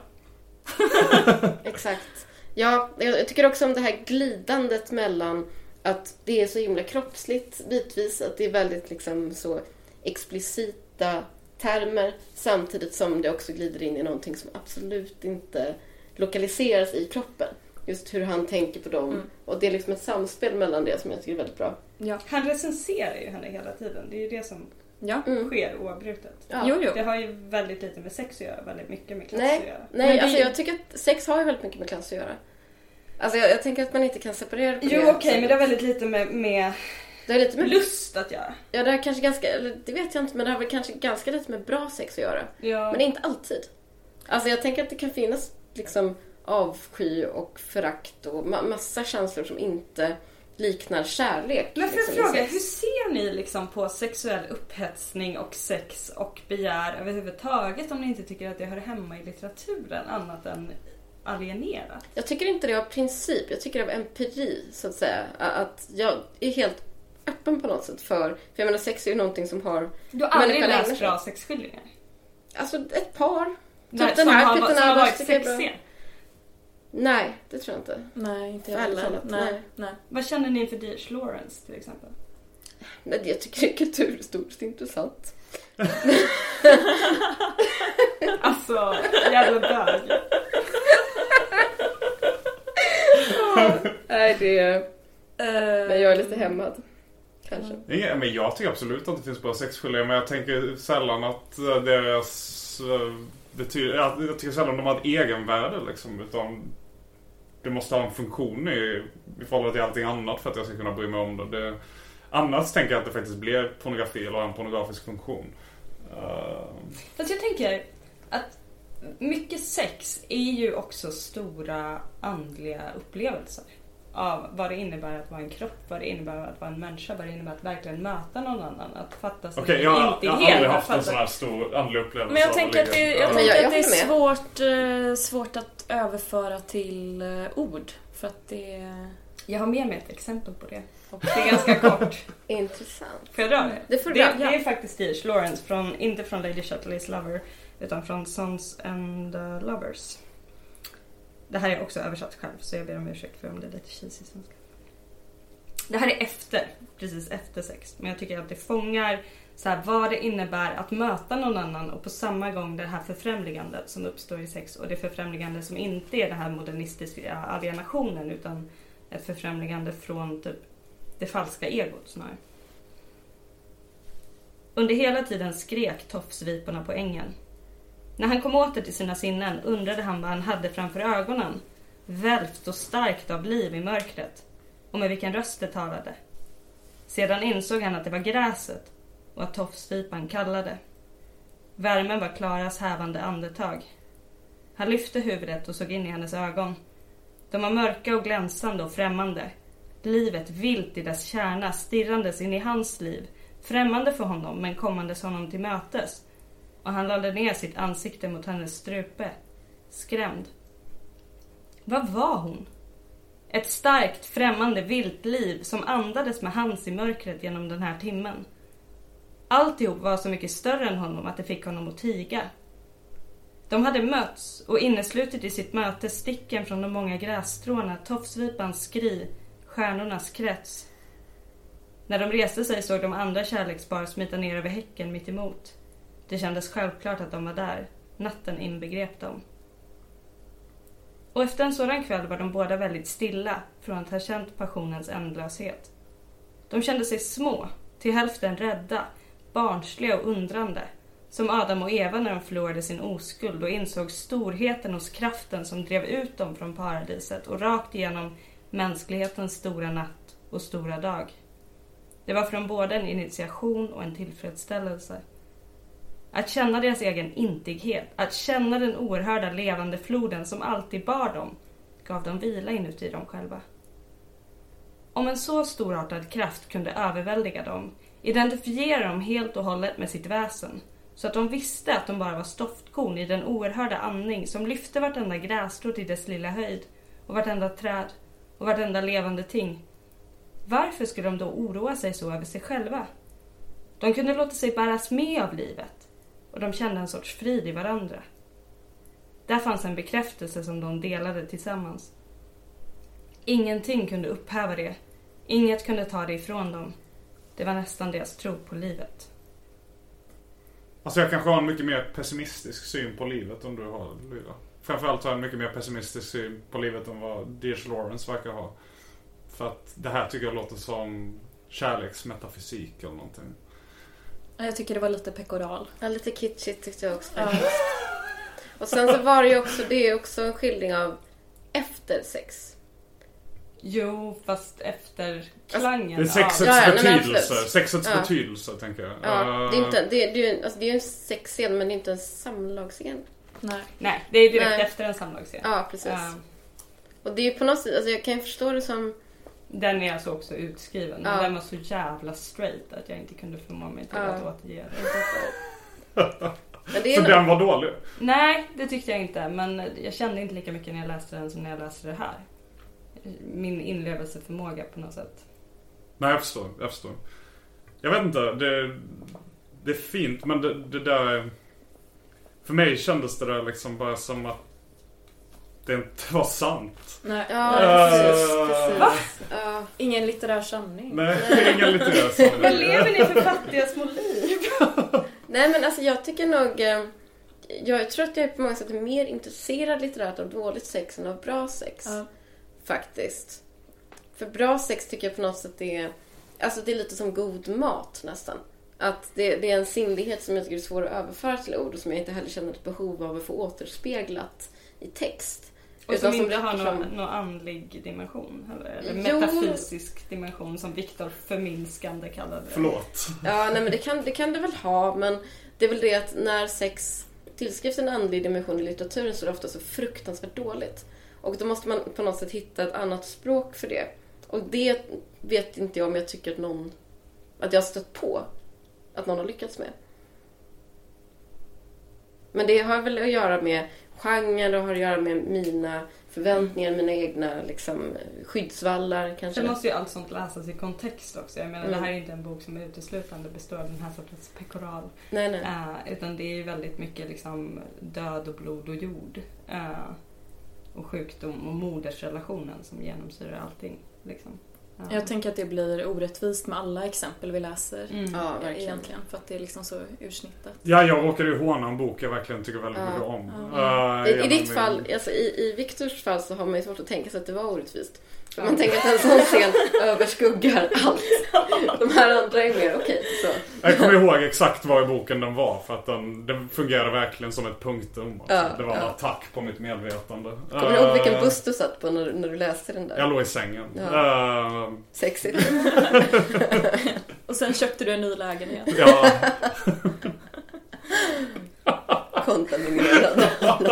Exakt. Ja, jag tycker också om det här glidandet mellan att det är så himla kroppsligt bitvis, att det är väldigt liksom så explicita termer samtidigt som det också glider in i någonting som absolut inte lokaliseras i kroppen. Just hur han tänker på dem. Mm. Och det är liksom ett samspel mellan det som jag tycker är väldigt bra. Ja. Han recenserar ju henne hela tiden. Det är ju det som ja. mm. sker oavbrutet. Ja. Jo, jo. Det har ju väldigt lite med sex att göra, väldigt mycket med klass nej, att göra. Nej, det... alltså jag tycker att sex har ju väldigt mycket med klass att göra. Alltså jag, jag tänker att man inte kan separera det på Jo, det. okej, okay, men det har väldigt lite med, med, det är lite med lust att göra. Ja, det har kanske ganska, eller det vet jag inte, men det har väl kanske ganska lite med bra sex att göra. Ja. Men inte alltid. Alltså jag tänker att det kan finnas liksom avsky och förakt och ma- massa känslor som inte liknar kärlek. Men för liksom, att fråga, hur ser ni liksom på sexuell upphetsning och sex och begär överhuvudtaget om ni inte tycker att det hör hemma i litteraturen annat än alienerat? Jag tycker inte det av princip, jag tycker det av empiri så att säga. Att jag är helt öppen på något sätt för, för jag menar sex är ju någonting som har... Du har aldrig läst bra sexskildringar? Alltså ett par. Nej, typ som, den här har, som har varit sexscen. sexscen? Nej, det tror jag inte. Nej, inte jag heller. heller. Nej, nej. nej. Vad känner ni för D H. Lawrence till exempel? Nej, jag tycker det är kulturhistoriskt intressant. Alltså, jävla bög. Nej, det... Uh, men jag är lite hämmad. Kanske. Ja, men jag tycker absolut att det finns bra sexskildringar. Men jag tänker sällan att deras... betyder, jag tycker sällan de har ett egenvärde liksom, utan det måste ha en funktion i, i förhållande till allting annat för att jag ska kunna bry mig om det. det annars tänker jag att det faktiskt blir pornografi eller en pornografisk funktion. Uh... Fast jag tänker att mycket sex är ju också stora andliga upplevelser av vad det innebär att vara en kropp, vad det innebär att vara en människa, vad det innebär att verkligen möta någon annan, att fatta sig okay, jag, jag har aldrig haft en sån här stor andlig upplevelse. Men jag tänker att det, jag ja. tänker jag, jag att det är svårt, uh, svårt att överföra till uh, ord, för att det... Jag har med mig ett exempel på det. Och det är ganska kort. Intressant. Får jag dra det? Det, får det, dra. det är faktiskt D H. Lawrence, från, inte från Lady Chatterley's Lover, utan från Sons and uh, Lovers. Det här är också översatt själv, så jag ber om ursäkt för om det är lite cheesy svenska. Det här är efter, precis efter sex. Men jag tycker att det fångar så här, vad det innebär att möta någon annan och på samma gång det här förfrämligandet som uppstår i sex och det förfrämligande som inte är den här modernistiska alienationen utan ett förfrämligande från typ det falska egot snarare. Under hela tiden skrek tofsviporna på ängen. När han kom åter till sina sinnen undrade han vad han hade framför ögonen, välvt och starkt av liv i mörkret, och med vilken röst det talade. Sedan insåg han att det var gräset och att tofsvipan kallade. Värmen var Klaras hävande andetag. Han lyfte huvudet och såg in i hennes ögon. De var mörka och glänsande och främmande. Livet vilt i dess kärna stirrandes in i hans liv, främmande för honom men kommandes honom till mötes. Och han lade ner sitt ansikte mot hennes strupe, skrämd. Vad var hon? Ett starkt, främmande, vilt liv som andades med hans i mörkret genom den här timmen. Alltihop var så mycket större än honom att det fick honom att tiga. De hade mötts och inneslutit i sitt möte sticken från de många grässtråna, tofsvipans skri, stjärnornas krets. När de reste sig såg de andra kärlekspar smita ner över häcken mitt emot. Det kändes självklart att de var där. Natten inbegrep dem. Och efter en sådan kväll var de båda väldigt stilla från att ha känt passionens ändlöshet. De kände sig små, till hälften rädda, barnsliga och undrande, som Adam och Eva när de förlorade sin oskuld och insåg storheten hos kraften som drev ut dem från paradiset och rakt igenom mänsklighetens stora natt och stora dag. Det var från båda en initiation och en tillfredsställelse. Att känna deras egen intighet, att känna den oerhörda levande floden som alltid bar dem, gav dem vila inuti dem själva. Om en så storartad kraft kunde överväldiga dem, identifiera dem helt och hållet med sitt väsen, så att de visste att de bara var stoftkorn i den oerhörda andning som lyfte vartenda grässtrå till dess lilla höjd och vartenda träd och vartenda levande ting. Varför skulle de då oroa sig så över sig själva? De kunde låta sig bäras med av livet och de kände en sorts frid i varandra. Där fanns en bekräftelse som de delade tillsammans. Ingenting kunde upphäva det. Inget kunde ta det ifrån dem. Det var nästan deras tro på livet. Alltså jag kanske har en mycket mer pessimistisk syn på livet än du har, Lyra. Framförallt har jag en mycket mer pessimistisk syn på livet än vad D H Lawrence verkar ha. För att det här tycker jag låter som kärleksmetafysik eller någonting. Jag tycker det var lite pekoral. Ja, lite kitschigt tyckte jag också faktiskt. Och sen så var det ju också, det är också en skildring av efter sex. Jo, fast efter klangen. Det är sexets ja, ja, betydelse. Sexets ja. betydelse, tänker jag. Ja, det är inte, det är, det är, alltså det är en sexscen, men det är inte en samlagsscen. Nej, Nej det är direkt Nej. efter en samlagsscen. Ja, precis. Uh, och det är ju på något sätt, alltså jag kan förstå det som... Den är alltså också utskriven. Ja. Men den var så jävla straight att jag inte kunde förmå mig till ja. att återge det. Men det är så nog... den var dålig? Nej, det tyckte jag inte. Men jag kände inte lika mycket när jag läste den som när jag läste det här. Min inlevelseförmåga på något sätt. Nej, jag förstår. Jag förstår. Jag vet inte. Det, det är fint, men det, det där... För mig kändes det där liksom bara som att det inte var sant. Nej, ja, uh, precis, precis. Va? Uh. Ingen litterär sanning. Nej, ingen litterär sanning. Vad lever ni för fattiga små liv? Nej, men alltså jag tycker nog... Jag tror att jag är på många sätt mer intresserad litterärt av dåligt sex än av bra sex. Uh. Faktiskt. För bra sex tycker jag på något sätt är... Alltså det är lite som god mat nästan. Att det, det är en sinnlighet som jag tycker är svår att överföra till ord och som jag inte heller känner ett behov av att få återspeglat i text. Och som Utan inte har någon, som... någon andlig dimension eller, eller Jo. metafysisk dimension som Viktor förminskande kallade det. Förlåt. Ja, nej men det kan, det kan det väl ha, men det är väl det att när sex tillskrivs en andlig dimension i litteraturen så är det ofta så fruktansvärt dåligt. Och då måste man på något sätt hitta ett annat språk för det. Och det vet inte jag om jag tycker att någon... Att jag har stött på att någon har lyckats med. Men det har väl att göra med genren och har att göra med mina förväntningar, mina egna liksom, skyddsvallar kanske. Sen måste ju allt sånt läsas i kontext också. Jag menar, Mm. det här är inte en bok som är uteslutande består av den här sortens pekoral. Nej, nej. Uh, utan det är ju väldigt mycket liksom, död och blod och jord. Uh, och sjukdom och modersrelationen som genomsyrar allting. Liksom. Ja. Jag tänker att det blir orättvist med alla exempel vi läser. Mm. Ja, verkligen. Egentligen, för att det är liksom så ursnittat. Ja, jag råkade ju håna en bok jag verkligen tycker väldigt ja. mycket om. Ja. Uh, I, i ditt min... fall, alltså i, i Viktors fall så har man ju svårt att tänka sig att det var orättvist. För ja. man tänker att en sån scen överskuggar allt. De här andra är mer okej. Okay, jag kommer ihåg exakt vad i boken den var. För att den, den fungerade verkligen som ett punktum. Alltså. Ja, det var ja. en attack på mitt medvetande. Kommer du ihåg vilken buss du satt på när, när du läste den där? Jag låg i sängen. Ja. Uh... Sexigt. Och sen köpte du en ny lägenhet. Ja. Kontaminerad.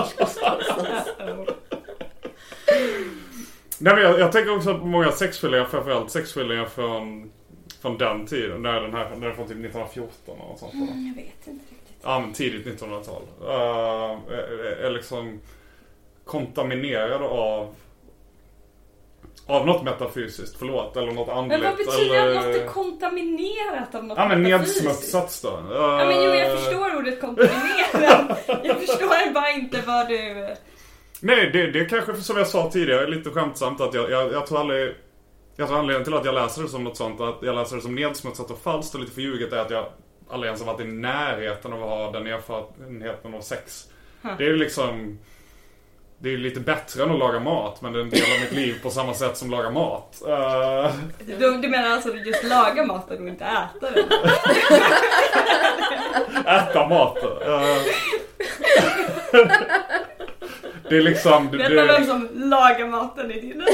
Nej, men jag, jag tänker också på många sexskildringar, framförallt sexskildringar från, från den tiden, när den här, när den från typ nittonhundrafjorton och sånt. Mm, jag vet inte riktigt. Ja, men tidigt nittonhundratal. Uh, är, är liksom kontaminerad av av något metafysiskt, förlåt, eller något andligt. Men vad betyder eller... att något är kontaminerat av något ja, men metafysiskt? Nedsmutsats då. Uh... Ja, men jo, jag förstår ordet kontaminerad. Jag förstår bara inte vad du... Nej, det, det är kanske som jag sa tidigare lite skämtsamt att jag, jag, jag tror aldrig jag tror anledningen till att jag läser det som något sånt, att jag läser det som nedsmutsat och falskt och lite förljuget, är att jag aldrig ens har varit i närheten av att ha den erfarenheten av sex. Huh. Det är ju liksom det är ju lite bättre än att laga mat, men det är en del av mitt liv på samma sätt som laga mat. Uh... Du, du menar alltså att just laga maten och inte äta den? Äta maten. Uh... Det är liksom... Vet du vem som lagar maten i din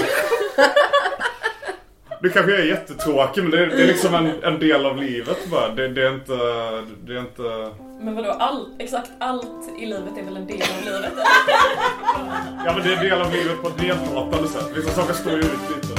Du kanske är jättetråkig, men det är, det är liksom en, en del av livet bara. Det, det är inte... Det är inte... Men vadå, all, exakt allt i livet är väl en del av livet? Ja, men det är en del av livet på ett nedlåtande sätt. Vissa saker står ju ut lite.